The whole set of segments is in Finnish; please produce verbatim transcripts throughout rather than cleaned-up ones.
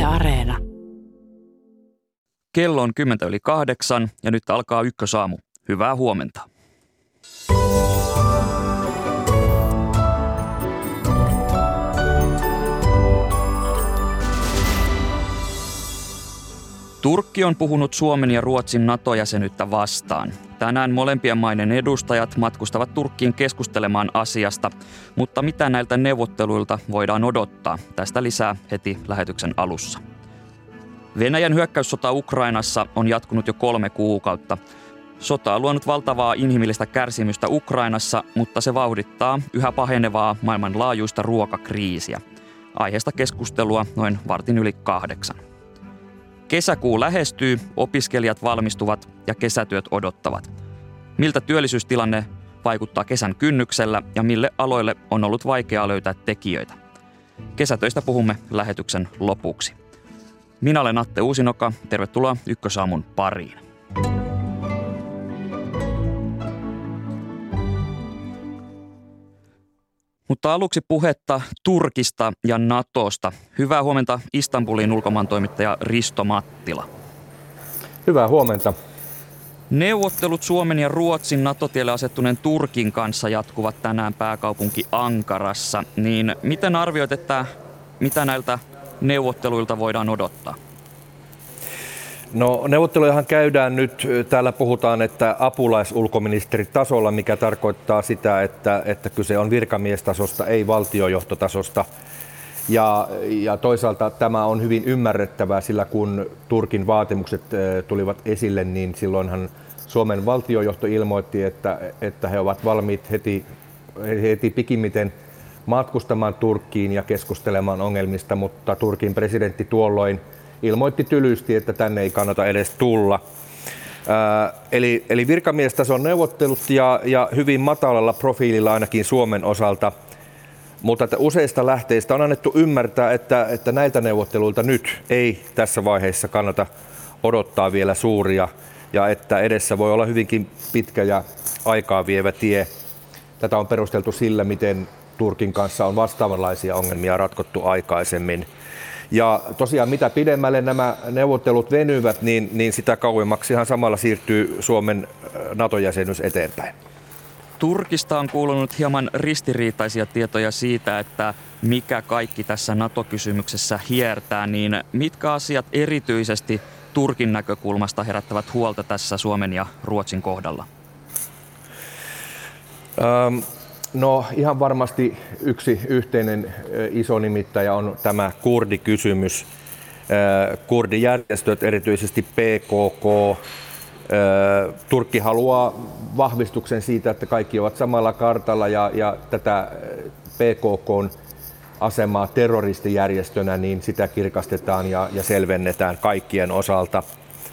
Yle Areena. Kello on kymmentä yli kahdeksan ja nyt alkaa Ykkösaamu. Hyvää huomenta. Turkki on puhunut Suomen ja Ruotsin NATO-jäsenyyttä vastaan. Tänään molempien maiden edustajat matkustavat Turkkiin keskustelemaan asiasta, mutta mitä näiltä neuvotteluilta voidaan odottaa? Tästä lisää heti lähetyksen alussa. Venäjän hyökkäyssota Ukrainassa on jatkunut jo kolme kuukautta. Sota on luonut valtavaa inhimillistä kärsimystä Ukrainassa, mutta se vauhdittaa yhä pahenevaa maailmanlaajuista ruokakriisiä. Aiheesta keskustelua noin vartin yli kahdeksan. Kesäkuu lähestyy, opiskelijat valmistuvat ja kesätyöt odottavat. Miltä työllisyystilanne vaikuttaa kesän kynnyksellä ja mille aloille on ollut vaikeaa löytää tekijöitä? Kesätöistä puhumme lähetyksen lopuksi. Minä olen Atte Uusinoka. Tervetuloa Ykkösaamun pariin. Mutta aluksi puhetta Turkista ja NATOsta. Hyvää huomenta Istanbulin ulkomaantoimittaja Risto Mattila. Hyvää huomenta. Neuvottelut Suomen ja Ruotsin NATO-tielle asettuneen Turkin kanssa jatkuvat tänään pääkaupunki Ankarassa. Niin miten arvioit, että mitä näiltä neuvotteluilta voidaan odottaa? No neuvottelujahan käydään nyt, täällä puhutaan, että apulaisulkoministeritasolla, mikä tarkoittaa sitä, että, että kyse on virkamiestasosta, ei valtiojohtotasosta. Ja, ja toisaalta tämä on hyvin ymmärrettävää, sillä kun Turkin vaatimukset tulivat esille, niin silloinhan Suomen valtiojohto ilmoitti, että, että he ovat valmiit heti, heti pikimmiten matkustamaan Turkkiin ja keskustelemaan ongelmista, mutta Turkin presidentti tuolloin ilmoitti tylysti, että tänne ei kannata edes tulla. Ää, eli, eli virkamiestason neuvottelut ja, ja hyvin matalalla profiililla ainakin Suomen osalta, mutta että useista lähteistä on annettu ymmärtää, että, että näiltä neuvotteluilta nyt ei tässä vaiheessa kannata odottaa vielä suuria ja että edessä voi olla hyvinkin pitkä ja aikaa vievä tie. Tätä on perusteltu sillä, miten Turkin kanssa on vastaavanlaisia ongelmia ratkottu aikaisemmin. Ja tosiaan mitä pidemmälle nämä neuvottelut venyvät, niin, niin sitä kauemmaksihan samalla siirtyy Suomen NATO-jäsenyys eteenpäin. Turkista on kuulunut hieman ristiriitaisia tietoja siitä, että mikä kaikki tässä NATO-kysymyksessä hiertää, niin mitkä asiat erityisesti Turkin näkökulmasta herättävät huolta tässä Suomen ja Ruotsin kohdalla? Ähm. No ihan varmasti yksi yhteinen iso nimittäjä on tämä kurdikysymys. Kurdijärjestöt, erityisesti P K K. Turkki haluaa vahvistuksen siitä, että kaikki ovat samalla kartalla ja, ja tätä P K K:n asemaa terroristijärjestönä, niin sitä kirkastetaan ja, ja selvennetään kaikkien osalta.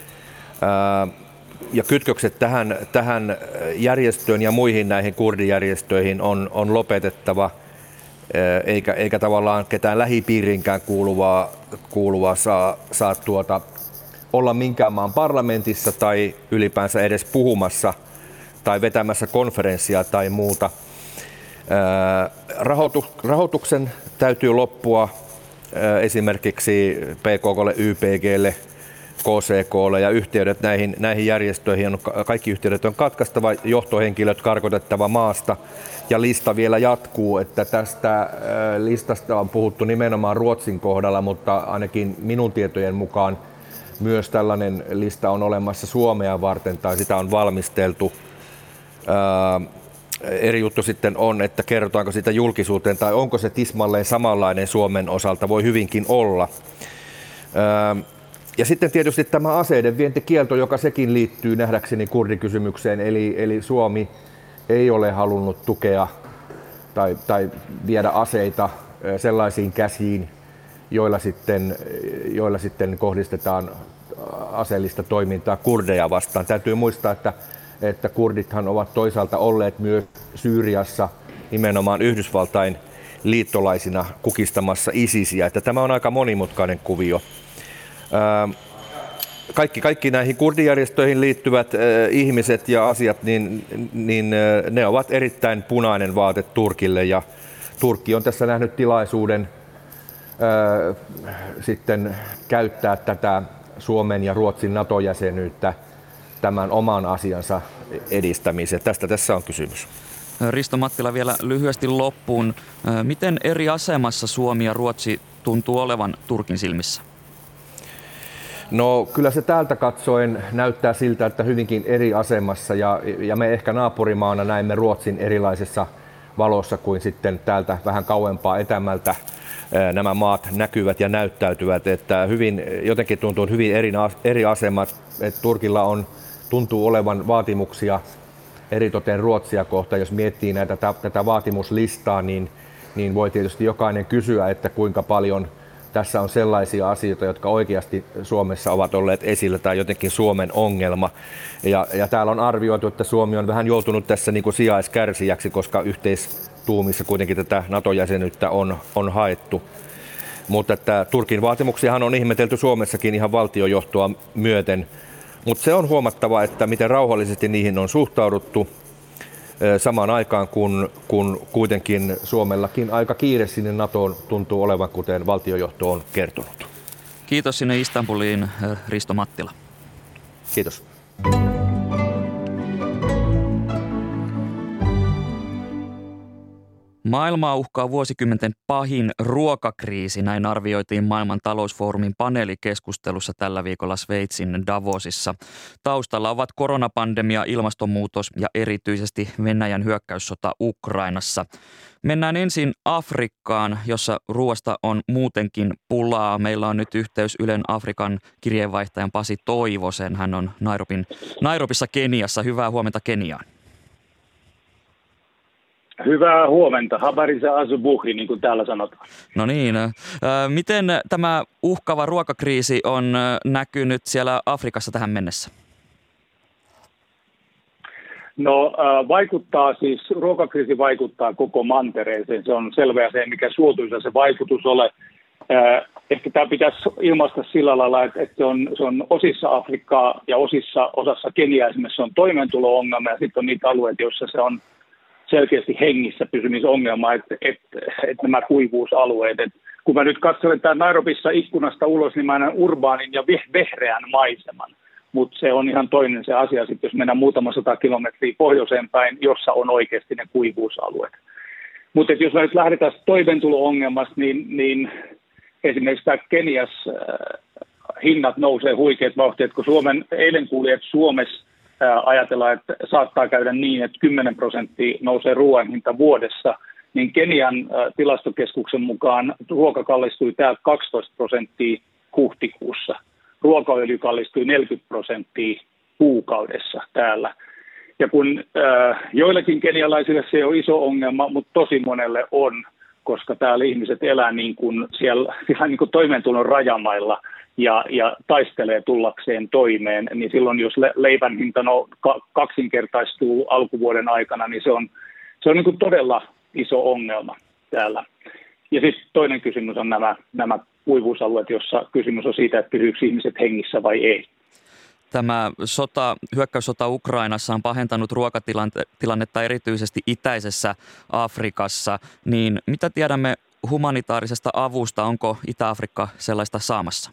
Ja kytkökset tähän, tähän järjestöön ja muihin näihin kurdijärjestöihin on, on lopetettava, eikä, eikä tavallaan ketään lähipiirinkään kuuluvaa, kuuluvaa saa, saa tuota, olla minkään maan parlamentissa tai ylipäänsä edes puhumassa tai vetämässä konferenssia tai muuta. Rahoitu, rahoituksen täytyy loppua esimerkiksi P K K:lle, Y P G:lle, K C K:lle ja yhteydet näihin, näihin järjestöihin, on, kaikki yhteydet on katkaistava, johtohenkilöt karkotettava maasta ja lista vielä jatkuu, että tästä listasta on puhuttu nimenomaan Ruotsin kohdalla, mutta ainakin minun tietojen mukaan myös tällainen lista on olemassa Suomea varten tai sitä on valmisteltu. Ää, eri juttu sitten on, että kerrotaanko sitä julkisuuteen tai onko se tismalleen samanlainen Suomen osalta, voi hyvinkin olla. Ää, Ja sitten tietysti tämä aseiden vientikielto, joka sekin liittyy nähdäkseni kurdikysymykseen, eli, eli Suomi ei ole halunnut tukea tai, tai viedä aseita sellaisiin käsiin, joilla sitten, joilla sitten kohdistetaan aseellista toimintaa kurdeja vastaan. Täytyy muistaa, että, että kurdithan ovat toisaalta olleet myös Syyriassa nimenomaan Yhdysvaltain liittolaisina kukistamassa ISISiä, että tämä on aika monimutkainen kuvio. Kaikki, kaikki näihin kurdijärjestöihin liittyvät äh, ihmiset ja asiat, niin, niin äh, ne ovat erittäin punainen vaate Turkille ja Turkki on tässä nähnyt tilaisuuden ö, sitten käyttää tätä Suomen ja Ruotsin NATO-jäsenyyttä tämän oman asiansa edistämiseen. Tästä tässä on kysymys. Risto Mattila vielä lyhyesti loppuun. Miten eri asemassa Suomi ja Ruotsi tuntuu olevan Turkin silmissä? No kyllä se täältä katsoen näyttää siltä, että hyvinkin eri asemassa ja, ja me ehkä naapurimaana näemme Ruotsin erilaisessa valossa kuin sitten täältä vähän kauempaa etämältä nämä maat näkyvät ja näyttäytyvät, että hyvin, jotenkin tuntuu hyvin eri, eri asemat, että Turkilla on, tuntuu olevan vaatimuksia eritoten Ruotsia kohtaan. Jos miettii näitä, tätä vaatimuslistaa, niin, niin voi tietysti jokainen kysyä, että kuinka paljon tässä on sellaisia asioita, jotka oikeasti Suomessa ovat olleet esillä tai jotenkin Suomen ongelma. Ja, ja täällä on arvioitu, että Suomi on vähän joutunut tässä niin kuin sijaiskärsijäksi, koska yhteistuumissa kuitenkin tätä NATO-jäsenyyttä on, on haettu. Mutta että Turkin vaatimuksiahan on ihmetelty Suomessakin ihan valtiojohtoa myöten. Mutta se on huomattava, että miten rauhallisesti niihin on suhtauduttu samaan aikaan, kun, kun kuitenkin Suomellakin aika kiire sinne NATOon tuntuu olevan, kuten valtiojohto on kertonut. Kiitos sinne Istanbuliin, Risto Mattila. Kiitos. Maailmaa uhkaa vuosikymmenten pahin ruokakriisi, näin arvioitiin maailman talousfoorumin paneelikeskustelussa tällä viikolla Sveitsin Davosissa. Taustalla ovat koronapandemia, ilmastonmuutos ja erityisesti Venäjän hyökkäyssota Ukrainassa. Mennään ensin Afrikkaan, jossa ruoasta on muutenkin pulaa. Meillä on nyt yhteys Ylen Afrikan kirjeenvaihtajan Pasi Toivosen. Hän on Nairobin, Nairobissa Keniassa. Hyvää huomenta Keniaan. Hyvää huomenta. Habarisa asubuhi, niin kuin täällä sanotaan. No niin. Miten tämä uhkava ruokakriisi on näkynyt siellä Afrikassa tähän mennessä? No vaikuttaa siis, ruokakriisi vaikuttaa koko mantereeseen. Se on selvää se, mikä suotuisa se vaikutus ole. Ehkä tämä pitäisi ilmaista sillä lailla, että se on, se on osissa Afrikkaa ja osissa, osassa Keniaa esimerkiksi se on toimeentulo-ongelma ja sitten on niitä alueita, joissa se on selkeästi hengissä pysymisongelma, että, että, että nämä kuivuusalueet. Että kun mä nyt katselen täällä Nairobissa ikkunasta ulos, niin mä näen urbaanin ja vehreän maiseman. Mutta se on ihan toinen se asia, sit jos mennään muutama sata kilometriä pohjoiseen päin, jossa on oikeasti ne kuivuusalueet. Mutta jos me nyt lähdetään toimeentulo-ongelmasta, niin, niin esimerkiksi tämä Kenias äh, hinnat nousee huikeat vauhtia, kun Suomen, eilen kuuli, että Suomessa ajatellaan, että saattaa käydä niin, että kymmenen prosenttia nousee ruoan hinta vuodessa, niin Kenian tilastokeskuksen mukaan ruoka kallistui täältä kaksitoista prosenttia huhtikuussa. Ruokaöljy kallistui neljäkymmentä prosenttia kuukaudessa täällä. Ja kun äh, joillekin kenialaisille se on iso ongelma, mutta tosi monelle on, koska täällä ihmiset elää niin kuin siellä, siellä niin kuin toimeentulon rajamailla, Ja, ja taistelee tullakseen toimeen, niin silloin jos leivän hinta no, kaksinkertaistuu alkuvuoden aikana, niin se on, se on niin kuin todella iso ongelma täällä. Ja sitten toinen kysymys on nämä, nämä kuivuusalueet, jossa kysymys on siitä, että pysyykö ihmiset hengissä vai ei. Tämä sota, hyökkäyssota Ukrainassa on pahentanut ruokatilannetta erityisesti itäisessä Afrikassa. Niin mitä tiedämme humanitaarisesta avusta? Onko Itä-Afrikka sellaista saamassa?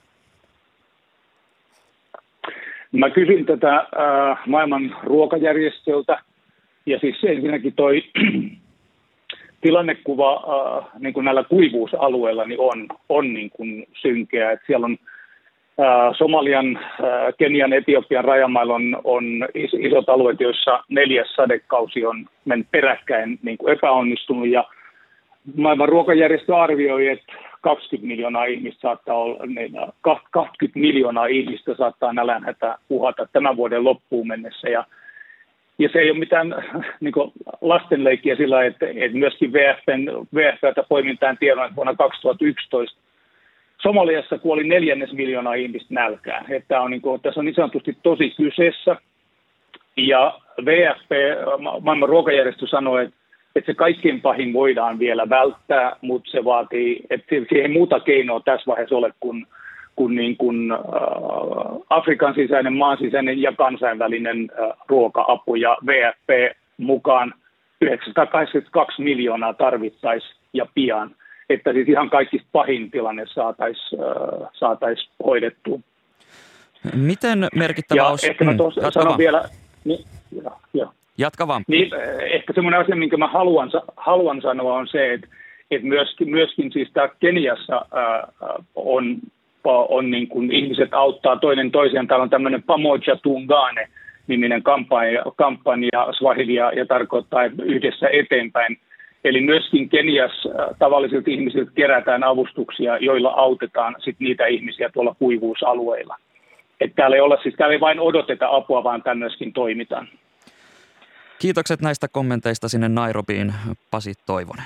Mä kysyin tätä äh, maailman ruokajärjestöltä, ja siis ensinnäkin toi tilannekuva äh, niin kuin näillä kuivuusalueilla niin on, on niin kuin synkeä. Et siellä on äh, Somalian, äh, Kenian, Etiopian rajamailla on, on is, isot alueet, joissa neljäs sadekausi on mennyt peräkkäin niin kuin epäonnistunut, ja maailman ruokajärjestö arvioi, että kaksikymmentä miljoonaa ihmistä saattaa olla, kaksikymmentä miljoonaa ihmistä saattaa nälänhätä uhata tämän vuoden loppuun mennessä. Ja, ja se ei ole mitään niin kuin lastenleikkiä sillä, että, että myöskin V F:tä poimintaan tiedon, että vuonna kaksituhattayksitoista Somaliassa kuoli neljännes miljoonaa ihmistä nälkään. Että on, niin kuin, tässä on niin sanotusti tosi kyseessä. Ja V F P, maailman ruokajärjestö, sanoi, että että se kaikkein pahin voidaan vielä välttää, mutta se vaatii, että siihen ei muuta keinoa tässä vaiheessa ole kuin, kuin, niin kuin äh, Afrikan sisäinen, maan sisäinen ja kansainvälinen äh, ruoka-apu. Ja V F P mukaan yhdeksänsataakahdeksankymmentäkaksi miljoonaa tarvittaisiin ja pian. että siis ihan kaikista pahin tilanne saataisiin saatais hoidettua. Miten merkittävä olisi... Ja ehkä mä tuossa mm, sanon vielä... Niin, ja, ja. Jatka vaan. Niin, ehkä semmoinen asia, minkä mä haluan, haluan sanoa, on se, että, että myöskin, myöskin siis täällä Keniassa ää, on, on niin kuin ihmiset auttaa toinen toisiaan. Täällä on tämmöinen Pamoja Tuungane niminen kampanja, kampanja Swahilia ja tarkoittaa yhdessä eteenpäin. Eli myöskin Keniassa tavallisilta ihmisiltä kerätään avustuksia, joilla autetaan sit niitä ihmisiä tuolla kuivuusalueilla. Että täällä ei olla, siis täällä ei vain odoteta apua, vaan täällä myöskin toimitaan. Kiitokset näistä kommenteista sinne Nairobiin, Pasi Toivonen.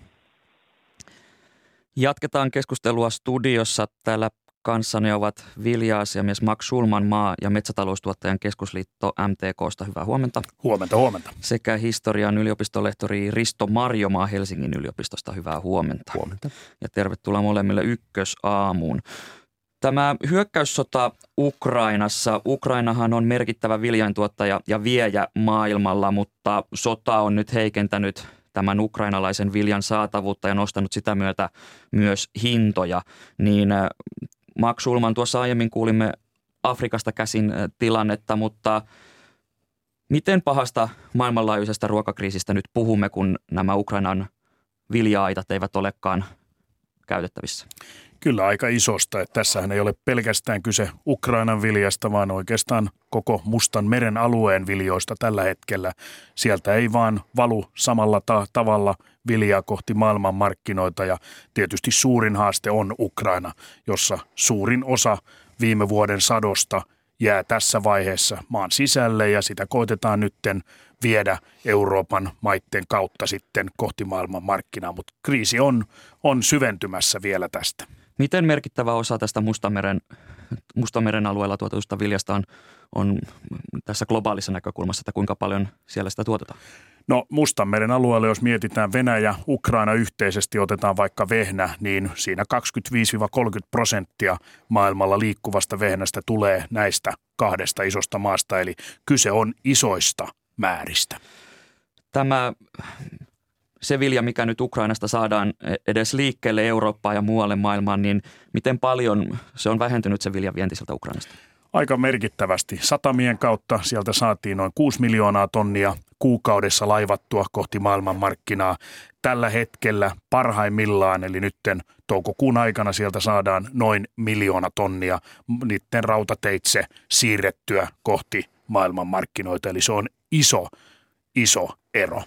Jatketaan keskustelua studiossa. Täällä kanssani ovat vilja-asiamies Max Schulman, maa- ja metsätaloustuottajan keskusliitto M T K:sta. Hyvää huomenta. Huomenta, huomenta. Sekä historian yliopistolehtori Risto Marjomaa Helsingin yliopistosta. Hyvää huomenta. Huomenta. Ja tervetuloa molemmille Ykkösaamuun. Tämä hyökkäyssota Ukrainassa. Ukrainahan on merkittävä viljaintuottaja ja viejä maailmalla, mutta sota on nyt heikentänyt tämän ukrainalaisen viljan saatavuutta ja nostanut sitä myötä myös hintoja. Niin Max Schulman, tuossa aiemmin kuulimme Afrikasta käsin tilannetta, mutta miten pahasta maailmanlaajuisesta ruokakriisistä nyt puhumme, kun nämä Ukrainan vilja-aitat eivät olekaan käytettävissä? Kyllä aika isosta, että tässähän ei ole pelkästään kyse Ukrainan viljasta, vaan oikeastaan koko Mustan meren alueen viljoista tällä hetkellä. Sieltä ei vaan valu samalla ta- tavalla viljaa kohti maailmanmarkkinoita ja tietysti suurin haaste on Ukraina, jossa suurin osa viime vuoden sadosta jää tässä vaiheessa maan sisälle ja sitä koitetaan nytten viedä Euroopan maiden kautta sitten kohti maailmanmarkkinaa, mutta kriisi on, on syventymässä vielä tästä. Miten merkittävä osa tästä Mustanmeren, Mustanmeren alueella tuotetusta viljasta on, on tässä globaalissa näkökulmassa, että kuinka paljon siellä sitä tuotetaan? No Mustanmeren alueella, jos mietitään Venäjä, Ukraina yhteisesti, otetaan vaikka vehnä, niin siinä kaksikymmentäviisi kolmekymmentä prosenttia maailmalla liikkuvasta vehnästä tulee näistä kahdesta isosta maasta, eli kyse on isoista määristä. Tämä se vilja, mikä nyt Ukrainasta saadaan edes liikkeelle Eurooppaan ja muualle maailmaan, niin miten paljon se on vähentynyt se viljan vienti sieltä Ukrainasta? Aika merkittävästi. Satamien kautta sieltä saatiin noin kuusi miljoonaa tonnia kuukaudessa laivattua kohti maailmanmarkkinaa. Tällä hetkellä parhaimmillaan, eli nytten toukokuun aikana sieltä saadaan noin miljoona tonnia niiden rautateitse siirrettyä kohti maailmanmarkkinoita. Eli se on iso, iso ero.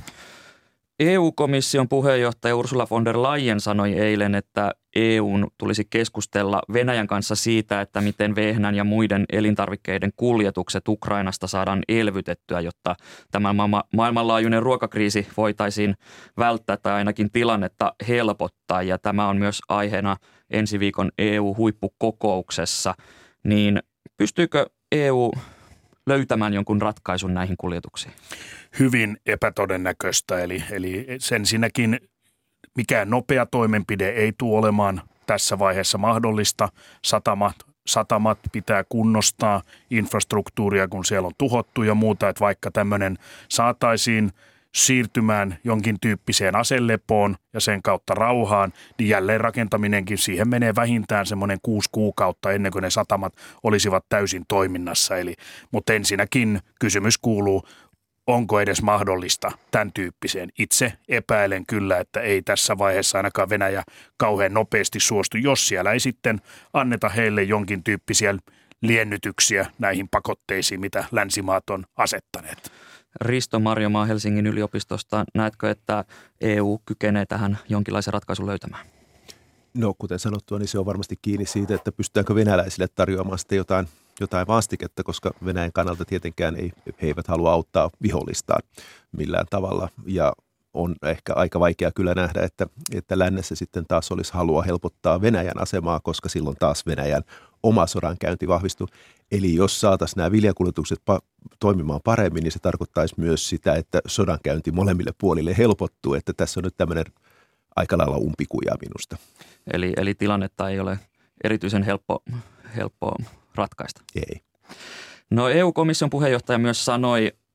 E U-komission puheenjohtaja Ursula von der Leyen sanoi eilen, että E U:n tulisi keskustella Venäjän kanssa siitä, että miten vehnän ja muiden elintarvikkeiden kuljetukset Ukrainasta saadaan elvytettyä, jotta tämä ma- maailmanlaajuinen ruokakriisi voitaisiin välttää tai ainakin tilannetta helpottaa. Ja tämä on myös aiheena ensi viikon E U-huippukokouksessa. Niin pystyykö E U löytämään jonkun ratkaisun näihin kuljetuksiin? Hyvin epätodennäköistä, eli, eli sen sinäkin mikään nopea toimenpide ei tule olemaan tässä vaiheessa mahdollista. Satamat, satamat pitää kunnostaa infrastruktuuria, kun siellä on tuhottu ja muuta, että vaikka tämmöinen saataisiin siirtymään jonkin tyyppiseen aselepoon ja sen kautta rauhaan, niin jälleen rakentaminenkin siihen menee vähintään semmoinen kuusi kuukautta ennen kuin ne satamat olisivat täysin toiminnassa. Eli, mutta ensinnäkin kysymys kuuluu, onko edes mahdollista tämän tyyppiseen? Itse epäilen kyllä, että ei tässä vaiheessa ainakaan Venäjä kauhean nopeasti suostu, jos siellä ei sitten anneta heille jonkin tyyppisiä liennytyksiä näihin pakotteisiin, mitä länsimaat on asettaneet. Risto Marjomaa Helsingin yliopistosta. Näetkö, että E U kykenee tähän jonkinlaisen ratkaisun löytämään? No kuten sanottua, niin se on varmasti kiinni siitä, että pystytäänkö venäläisille tarjoamaan sitten jotain, jotain vastiketta, koska Venäjän kannalta tietenkään ei, he eivät halua auttaa vihollistaan millään tavalla. Ja on ehkä aika vaikea kyllä nähdä, että, että lännessä sitten taas olisi halua helpottaa Venäjän asemaa, koska silloin taas Venäjän oma sodankäynti vahvistuu. Eli jos saataisiin nämä viljakuljetukset pa- toimimaan paremmin, niin se tarkoittaisi myös sitä, että sodankäynti molemmille puolille helpottuu, että tässä on nyt tämmöinen aika lailla umpikuja minusta. Eli, eli tilannetta ei ole erityisen helppo, helppo ratkaista. Ei. No E U-komission puheenjohtaja myös sanoi,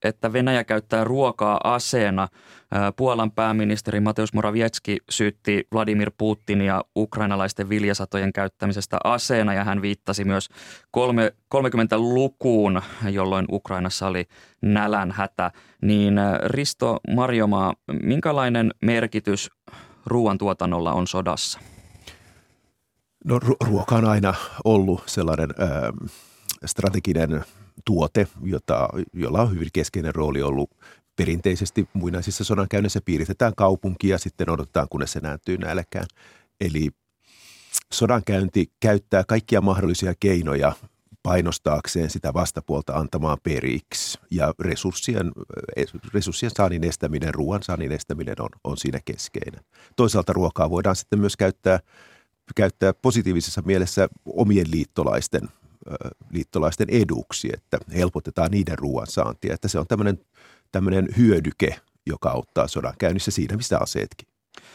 että Venäjä käyttää ruokaa aseena. Puolan pääministeri Mateusz Morawiecki syytti Vladimir Putinia ukrainalaisten viljasatojen käyttämisestä aseena ja hän viittasi myös kolmekymmentälukuun, jolloin Ukrainassa oli nälänhätä. Niin Risto Marjomaa, minkälainen merkitys ruoantuotannolla on sodassa? No ruoka on aina ollut sellainen äh, strateginen tuote, jota, jolla on hyvin keskeinen rooli ollut perinteisesti muinaisissa sodankäynnissä. Piiritetään kaupunkia ja sitten odotetaan, kunnes se nääntyy nälkään. Eli sodankäynti käyttää kaikkia mahdollisia keinoja painostaakseen sitä vastapuolta antamaan periksi. Ja resurssien, resurssien saannin estäminen, ruoan saannin estäminen on, on siinä keskeinen. Toisaalta ruokaa voidaan sitten myös käyttää, käyttää positiivisessa mielessä omien liittolaisten liittolaisten eduksi, että helpotetaan niiden ruoan saantia, että se on tämmöinen, tämmöinen hyödyke, joka auttaa sodan käynnissä siinä, missä aseetkin.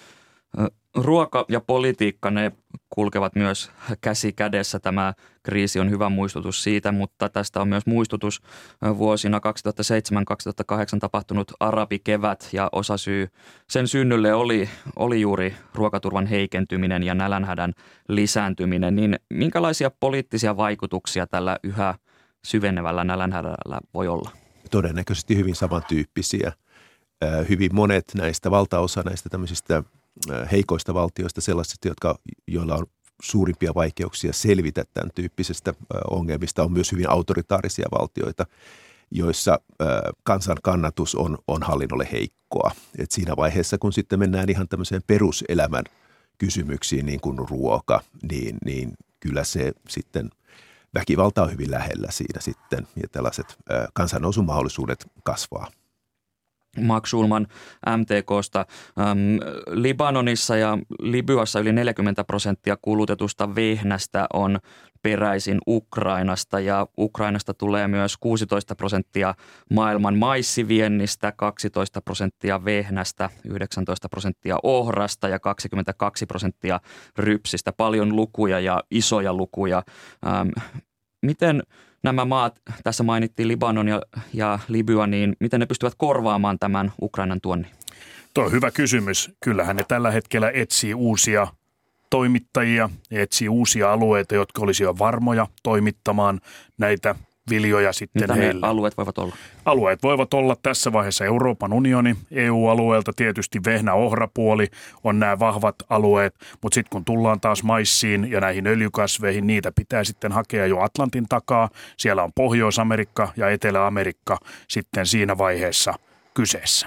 Ruoka ja politiikka, ne kulkevat myös käsi kädessä. Tämä kriisi on hyvä muistutus siitä, mutta tästä on myös muistutus vuosina kaksituhattaseitsemän kaksituhattakahdeksan tapahtunut arabikevät ja osasyy sen synnylle oli, oli juuri ruokaturvan heikentyminen ja nälänhädän lisääntyminen. Niin minkälaisia poliittisia vaikutuksia tällä yhä syvenevällä nälänhädällä voi olla? Todennäköisesti hyvin samantyyppisiä. Hyvin monet näistä, valtaosa näistä tämmöisistä heikoista valtioista, sellaisista, jotka, joilla on suurimpia vaikeuksia selvitä tämän tyyppisestä ongelmista, on myös hyvin autoritaarisia valtioita, joissa kansan kannatus on, on hallinnolle heikkoa. Et siinä vaiheessa, kun sitten mennään ihan tämmöiseen peruselämän kysymyksiin, niin kuin ruoka, niin, niin kyllä se sitten väkivalta on hyvin lähellä siinä sitten, ja tällaiset kansannousun mahdollisuudet kasvaa. Max Schulman M T K:sta. Ähm, Libanonissa ja Libyassa yli neljäkymmentä prosenttia kulutetusta vehnästä on peräisin Ukrainasta ja Ukrainasta tulee myös kuusitoista prosenttia maailman maissiviennistä, kaksitoista prosenttia vehnästä, yhdeksäntoista prosenttia ohrasta ja kaksikymmentäkaksi prosenttia rypsistä. Paljon lukuja ja isoja lukuja. Ähm, miten nämä maat, tässä mainittiin Libanon ja, ja Libya, niin miten ne pystyvät korvaamaan tämän Ukrainan tuonnin? Tuo on hyvä kysymys. Kyllähän ne tällä hetkellä etsii uusia toimittajia, etsii uusia alueita, jotka olisivat varmoja toimittamaan näitä viljoja sitten Mitä heille. ne alueet voivat olla? Alueet voivat olla tässä vaiheessa Euroopan unioni, E U-alueelta tietysti vehnä-ohrapuoli on nämä vahvat alueet, mutta sitten kun tullaan taas maissiin ja näihin öljykasveihin, niitä pitää sitten hakea jo Atlantin takaa. Siellä on Pohjois-Amerikka ja Etelä-Amerikka sitten siinä vaiheessa kyseessä.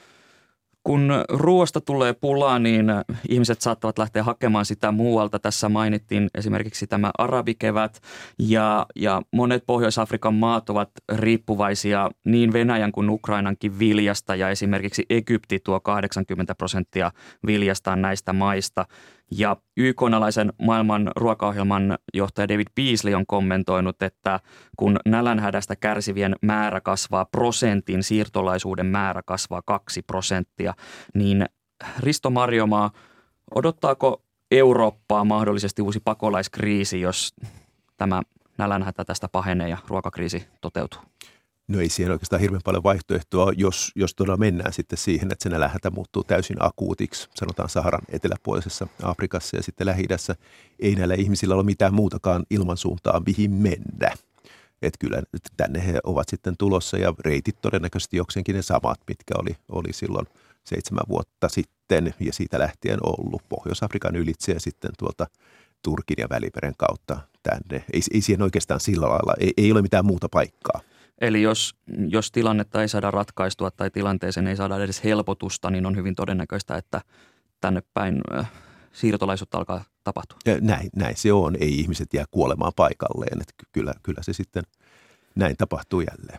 Kun ruoasta tulee pulaa, niin ihmiset saattavat lähteä hakemaan sitä muualta. Tässä mainittiin esimerkiksi tämä arabikevät ja, ja monet Pohjois-Afrikan maat ovat riippuvaisia niin Venäjän kuin Ukrainankin viljasta ja esimerkiksi Egypti tuo kahdeksankymmentä prosenttia viljastaan näistä maista. Ja Y K:n-alaisen maailman ruokaohjelman johtaja David Beasley on kommentoinut, että kun nälänhädästä kärsivien määrä kasvaa prosentin, siirtolaisuuden määrä kasvaa kaksi prosenttia, niin Risto Marjomaa, odottaako Eurooppaa mahdollisesti uusi pakolaiskriisi, jos tämä nälänhätä tästä pahenee ja ruokakriisi toteutuu? No ei siihen oikeastaan hirveän paljon vaihtoehtoa, jos, jos todella mennään sitten siihen, että se nälänhätä muuttuu täysin akuutiksi, sanotaan Saharan eteläpuolisessa Afrikassa ja sitten Lähi-idässä. Ei näillä ihmisillä ole mitään muutakaan ilmansuuntaa, mihin mennä. Että kyllä tänne he ovat sitten tulossa ja reitit todennäköisesti jokseenkin ne samat, mitkä oli, oli silloin seitsemän vuotta sitten ja siitä lähtien ollut Pohjois-Afrikan ylitse ja sitten tuolta Turkin ja Välimeren kautta tänne. Ei, ei siihen oikeastaan sillä lailla, ei, ei ole mitään muuta paikkaa. Eli jos, jos tilannetta ei saada ratkaistua tai tilanteeseen ei saada edes helpotusta, niin on hyvin todennäköistä, että tänne päin siirtolaisuutta alkaa tapahtua. Ja näin, näin se on. Ei ihmiset jää kuolemaan paikalleen. Että kyllä, kyllä se sitten näin tapahtuu jälleen.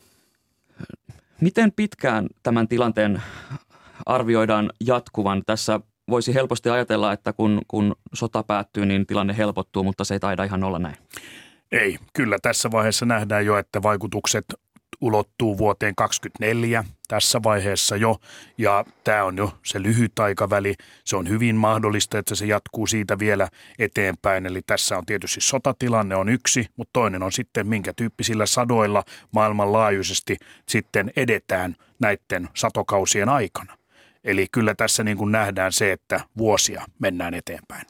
Miten pitkään tämän tilanteen arvioidaan jatkuvan? Tässä voisi helposti ajatella, että kun, kun sota päättyy, niin tilanne helpottuu, mutta se ei taida ihan olla näin. Ei, kyllä tässä vaiheessa nähdään jo, että vaikutukset ulottuu vuoteen kaksikymmentäneljä tässä vaiheessa jo, ja tämä on jo se lyhyt aikaväli. Se on hyvin mahdollista, että se jatkuu siitä vielä eteenpäin, eli tässä on tietysti sotatilanne on yksi, mutta toinen on sitten, minkä tyyppisillä sadoilla maailmanlaajuisesti sitten edetään näiden satokausien aikana. Eli kyllä tässä niin kuin nähdään se, että vuosia mennään eteenpäin.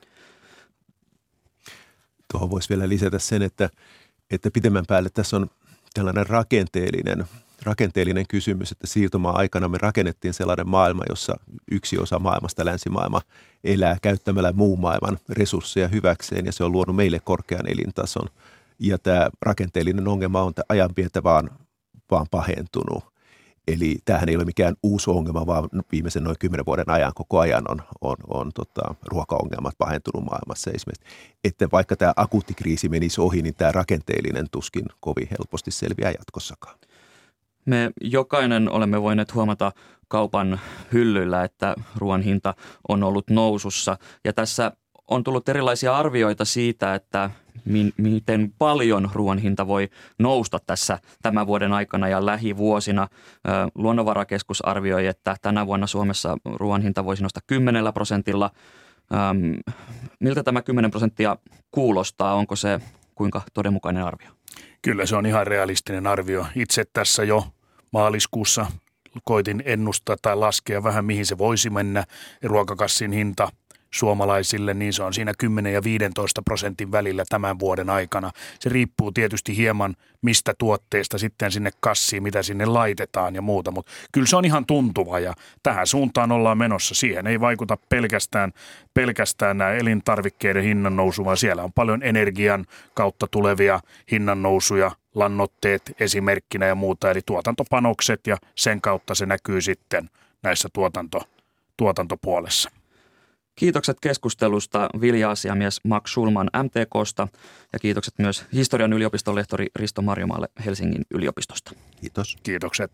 Tuohon voisi vielä lisätä sen, että, että pitemmän päälle tässä on tällainen rakenteellinen, rakenteellinen kysymys, että siirtomaa-aikana me rakennettiin sellainen maailma, jossa yksi osa maailmasta, länsimaailma, elää käyttämällä muun maailman resursseja hyväkseen, ja se on luonut meille korkean elintason. Ja tämä rakenteellinen ongelma on ajan myötä vaan, vaan pahentunut. Eli tämähän ei ole mikään uusi ongelma, vaan viimeisen noin kymmenen vuoden ajan koko ajan on, on, on tota, ruokaongelmat pahentunut maailmassa esimerkiksi. Että vaikka tämä akuutti kriisi menisi ohi, niin tämä rakenteellinen tuskin kovin helposti selviää jatkossakaan. Me jokainen olemme voineet huomata kaupan hyllyllä, että ruoan hinta on ollut nousussa, ja tässä on tullut erilaisia arvioita siitä, että mi- miten paljon ruoan hinta voi nousta tässä tämän vuoden aikana ja lähivuosina. Luonnonvarakeskus arvioi, että tänä vuonna Suomessa ruoan hinta voisi nousta kymmenellä prosentilla. Ähm, miltä tämä kymmenen prosenttia kuulostaa? Onko se kuinka todenmukainen arvio? Kyllä se on ihan realistinen arvio. Itse tässä jo maaliskuussa koitin ennustaa tai laskea vähän mihin se voisi mennä. Ruokakassin hinta suomalaisille, niin se on siinä kymmenen ja viisitoista prosentin välillä tämän vuoden aikana. Se riippuu tietysti hieman mistä tuotteesta sitten sinne kassiin, mitä sinne laitetaan ja muuta, mutta kyllä se on ihan tuntuva ja tähän suuntaan ollaan menossa. Siihen ei vaikuta pelkästään, pelkästään nämä elintarvikkeiden hinnannousu, vaan siellä on paljon energian kautta tulevia hinnannousuja, lannoitteet esimerkkinä ja muuta, eli tuotantopanokset ja sen kautta se näkyy sitten näissä tuotanto, tuotantopuolessa. Kiitokset keskustelusta vilja-asiamies Max Schulman M T K:sta ja kiitokset myös historian yliopiston lehtori Risto Marjomaalle Helsingin yliopistosta. Kiitos. Kiitokset.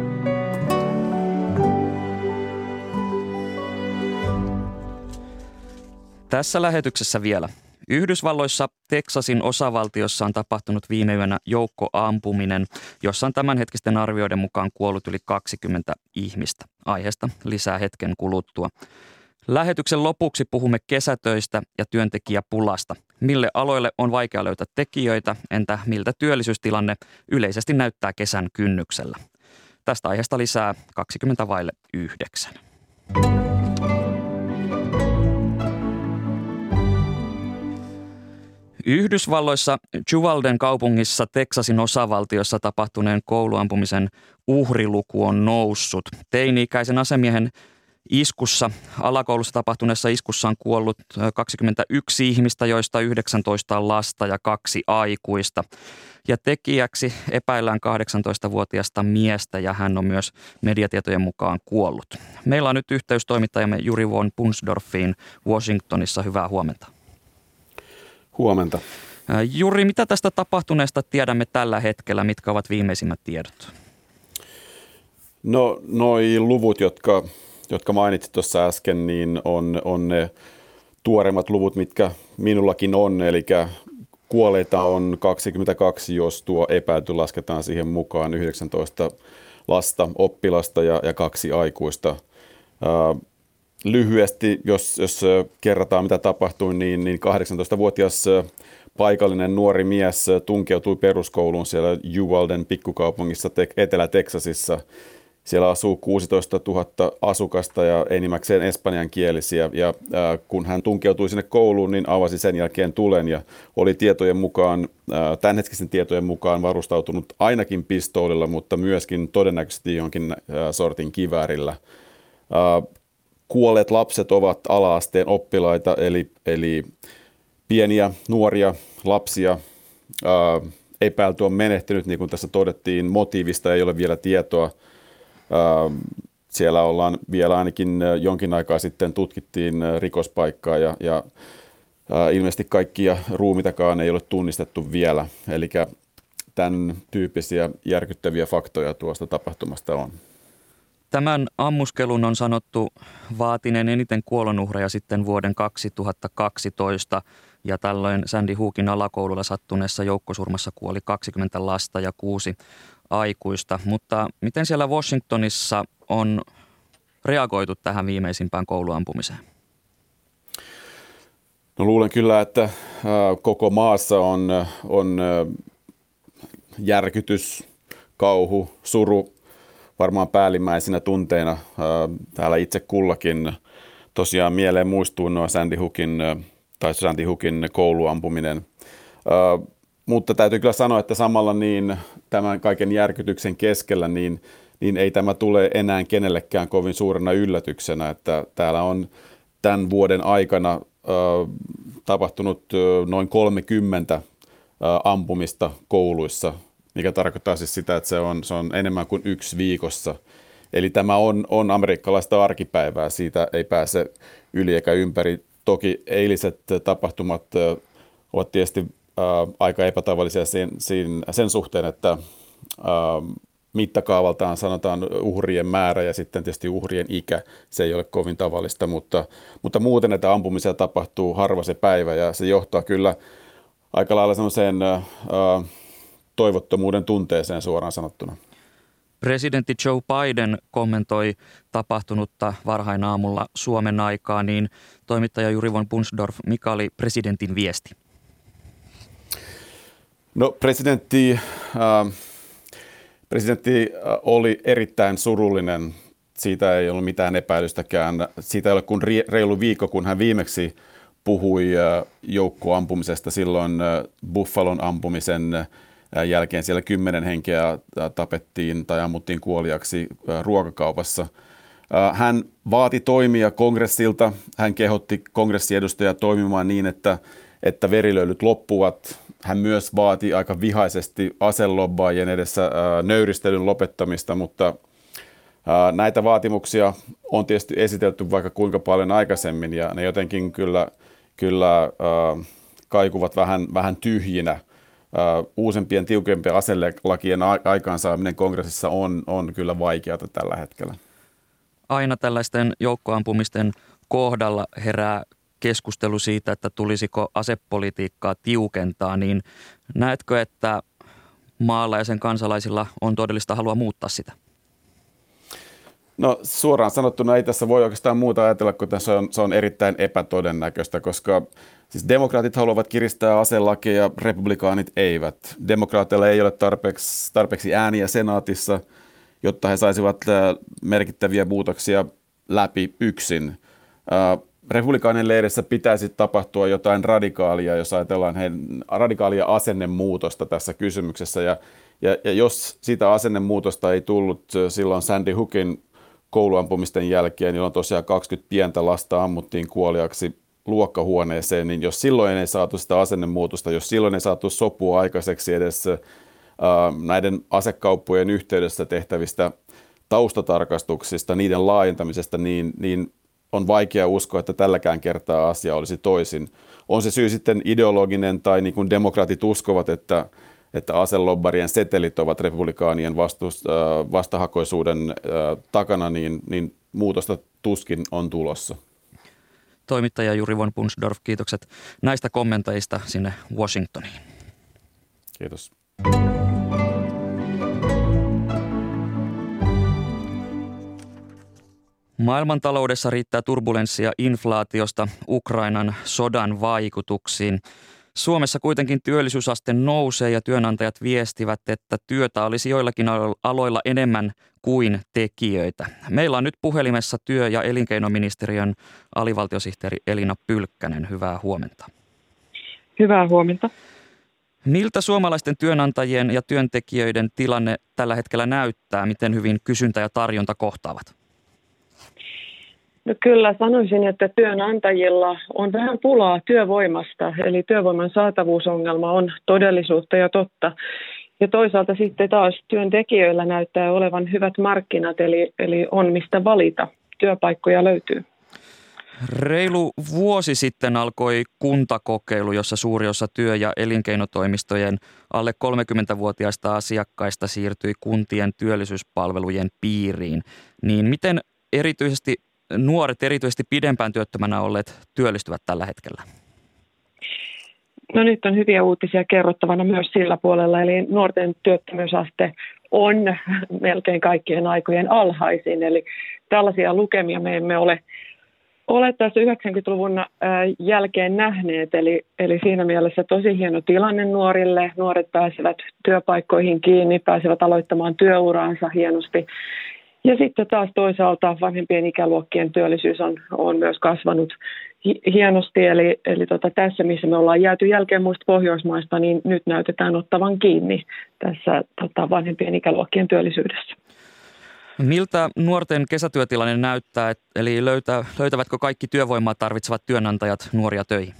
Tässä lähetyksessä vielä. Yhdysvalloissa Teksasin osavaltiossa on tapahtunut viime yönä joukkoampuminen, jossa on tämänhetkisten arvioiden mukaan kuollut yli kaksikymmentä ihmistä. Aiheesta lisää hetken kuluttua. Lähetyksen lopuksi puhumme kesätöistä ja työntekijäpulasta. Mille aloille on vaikea löytää tekijöitä, entä miltä työllisyystilanne yleisesti näyttää kesän kynnyksellä? Tästä aiheesta lisää kaksikymmentä vaille yhdeksän. Yhdysvalloissa Uvalden kaupungissa Teksasin osavaltiossa tapahtuneen kouluampumisen uhriluku on noussut. Teini-ikäisen asemiehen iskussa, alakoulussa tapahtuneessa iskussa on kuollut kaksikymmentäyksi ihmistä, joista yhdeksäntoista lasta ja kaksi aikuista. Ja tekijäksi epäillään kahdeksantoistavuotiasta miestä ja hän on myös mediatietojen mukaan kuollut. Meillä on nyt yhteys toimittajamme Juri von Bunsdorfiin Washingtonissa. Hyvää huomenta. Huomenta. Juri, mitä tästä tapahtuneesta tiedämme tällä hetkellä? Mitkä ovat viimeisimmät tiedot? No, noi luvut, jotka, jotka mainitsit tuossa äsken, niin on, on ne tuoreimmat luvut, mitkä minullakin on. Eli kuolleita on kaksikymmentäkaksi, jos tuo epäilty lasketaan siihen mukaan yhdeksäntoista lasta, oppilasta ja, ja kaksi aikuista. Lyhyesti, jos, jos kerrataan mitä tapahtui, niin, niin kahdeksantoistavuotias paikallinen nuori mies tunkeutui peruskouluun siellä Uvalden pikkukaupungissa Etelä-Teksasissa. Siellä asuu kuusitoistatuhatta asukasta ja enimmäkseen espanjankielisiä. Ja äh, kun hän tunkeutui sinne kouluun, niin avasi sen jälkeen tulen ja oli tietojen mukaan, äh, tämänhetkisten tietojen mukaan varustautunut ainakin pistoolilla, mutta myöskin todennäköisesti jonkin äh, sortin kiväärillä. Äh, Kuolleet lapset ovat ala-asteen oppilaita, eli, eli pieniä, nuoria lapsia. Ää, epäilty on menehtynyt, niin kuin tässä todettiin, motiivista ei ole vielä tietoa. Ää, siellä ollaan vielä ainakin jonkin aikaa sitten tutkittiin rikospaikkaa ja, ja ää, ilmeisesti kaikkia ruumitakaan ei ole tunnistettu vielä. Eli tämän tyyppisiä järkyttäviä faktoja tuosta tapahtumasta on. Tämän ammuskelun on sanottu vaatineen eniten kuolonuhreja sitten vuoden kaksituhattakaksitoista ja tällöin Sandy Hookin alakoululla sattuneessa joukkosurmassa kuoli kaksikymmentä lasta ja kuusi aikuista. Mutta miten siellä Washingtonissa on reagoitu tähän viimeisimpään kouluampumiseen? No luulen kyllä, että koko maassa on, on järkytys, kauhu, suru varmaan päällimmäisinä tunteina. Täällä itse kullakin tosiaan mieleen muistuu nuo Sandy Hookin, tai Sandy Hookin kouluampuminen. Mutta täytyy kyllä sanoa, että samalla niin tämän kaiken järkytyksen keskellä niin, niin ei tämä tule enää kenellekään kovin suurena yllätyksenä, että täällä on tämän vuoden aikana äh, tapahtunut äh, noin kolmekymmentä äh, ampumista kouluissa, mikä tarkoittaa siis sitä, että se on, se on enemmän kuin yksi viikossa. Eli tämä on, on amerikkalaista arkipäivää, siitä ei pääse yli eikä ympäri. Toki eiliset tapahtumat äh, ovat tietysti äh, aika epätavallisia sen, sen, sen suhteen, että äh, mittakaavaltaan sanotaan uhrien määrä ja sitten tietysti uhrien ikä. Se ei ole kovin tavallista, mutta, mutta muuten näitä ampumisia tapahtuu harva se päivä ja se johtaa kyllä aika lailla semmoiseen äh, toivottomuuden tunteeseen suoraan sanottuna. Presidentti Joe Biden kommentoi tapahtunutta varhain aamulla Suomen aikaa, niin toimittaja Juri von Bunsdorf, mikä oli presidentin viesti? No presidentti... Äh, Presidentti oli erittäin surullinen, siitä ei ollut mitään epäilystäkään. Siitä ei ole kuin reilu viikko, kun hän viimeksi puhui joukkoampumisesta. Silloin Buffalon ampumisen jälkeen siellä kymmenen henkeä tapettiin tai ammuttiin kuoliaksi ruokakaupassa. Hän vaati toimia kongressilta. Hän kehotti kongressiedustajia toimimaan niin, että, että verilöylyt loppuvat. Hän myös vaati aika vihaisesti aselobbaajien edessä ää, nöyristelyn lopettamista, mutta ää, näitä vaatimuksia on tietysti esitelty vaikka kuinka paljon aikaisemmin ja ne jotenkin kyllä, kyllä ää, kaikuvat vähän, vähän tyhjinä. Ää, uusempien tiukempien aselakien aikaansaaminen kongressissa on, on kyllä vaikeata tällä hetkellä. Aina tällaisten joukkoampumisten kohdalla herää keskustelu siitä, että tulisiko asepolitiikkaa tiukentaa, niin näetkö, että maalla ja sen kansalaisilla on todellista halua muuttaa sitä? No suoraan sanottuna ei tässä voi oikeastaan muuta ajatella, kun se on, se on erittäin epätodennäköistä, koska siis demokraatit haluavat kiristää aselakeja, republikaanit eivät. Demokraateilla ei ole tarpeeksi, tarpeeksi ääniä senaatissa, jotta he saisivat merkittäviä muutoksia läpi yksin. Republikaanien leirissä pitäisi tapahtua jotain radikaalia, jos ajatellaan heidän radikaalia asennemuutosta tässä kysymyksessä. Ja, ja, ja jos sitä asennemuutosta ei tullut silloin Sandy Hookin kouluampumisten jälkeen, jolloin tosiaan kaksikymmentä pientä lasta ammuttiin kuoliaksi luokkahuoneeseen, niin jos silloin ei saatu sitä asennemuutosta, jos silloin ei saatu sopua aikaiseksi edes ää, näiden asekauppojen yhteydessä tehtävistä taustatarkastuksista, niiden laajentamisesta, niin, niin on vaikea uskoa, että tälläkään kertaa asia olisi toisin. On se syy sitten ideologinen tai niin kuin demokraatit uskovat, että, että aselobbarien setelit ovat republikaanien vastus, äh, vastahakoisuuden äh, takana, niin, niin muutosta tuskin on tulossa. Toimittaja Juri von Bunsdorf, kiitokset näistä kommenteista sinne Washingtoniin. Kiitos. Maailmantaloudessa riittää turbulenssia inflaatiosta Ukrainan sodan vaikutuksiin. Suomessa kuitenkin työllisyysaste nousee ja työnantajat viestivät, että työtä olisi joillakin aloilla enemmän kuin tekijöitä. Meillä on nyt puhelimessa työ- ja elinkeinoministeriön alivaltiosihteeri Elina Pylkkänen. Hyvää huomenta. Hyvää huomenta. Miltä suomalaisten työnantajien ja työntekijöiden tilanne tällä hetkellä näyttää? Miten hyvin kysyntä ja tarjonta kohtaavat? No kyllä sanoisin, että työnantajilla on vähän pulaa työvoimasta, eli työvoiman saatavuusongelma on todellisuutta ja totta. Ja toisaalta sitten taas työntekijöillä näyttää olevan hyvät markkinat, eli, eli on mistä valita. Työpaikkoja löytyy. Reilu vuosi sitten alkoi kuntakokeilu, jossa suuri osa työ- ja elinkeinotoimistojen alle kolmekymmentävuotiaista asiakkaista siirtyi kuntien työllisyyspalvelujen piiriin. Niin miten erityisesti nuoret, erityisesti pidempään työttömänä olleet, työllistyvät tällä hetkellä? No nyt on hyviä uutisia kerrottavana myös sillä puolella, eli nuorten työttömyysaste on melkein kaikkien aikojen alhaisin. Eli tällaisia lukemia me emme ole, ole tässä yhdeksänkymmentäluvun jälkeen nähneet. Eli, eli siinä mielessä tosi hieno tilanne nuorille. Nuoret pääsevät työpaikkoihin kiinni, pääsevät aloittamaan työuraansa hienosti. Ja sitten taas toisaalta vanhempien ikäluokkien työllisyys on, on myös kasvanut hienosti. Eli, eli tota, tässä, missä me ollaan jääty jälkeen muista Pohjoismaista, niin nyt näytetään ottavan kiinni tässä tota, vanhempien ikäluokkien työllisyydessä. Miltä nuorten kesätyötilanne näyttää, eli löytää, löytävätkö kaikki työvoimaa tarvitsevat työnantajat nuoria töihin?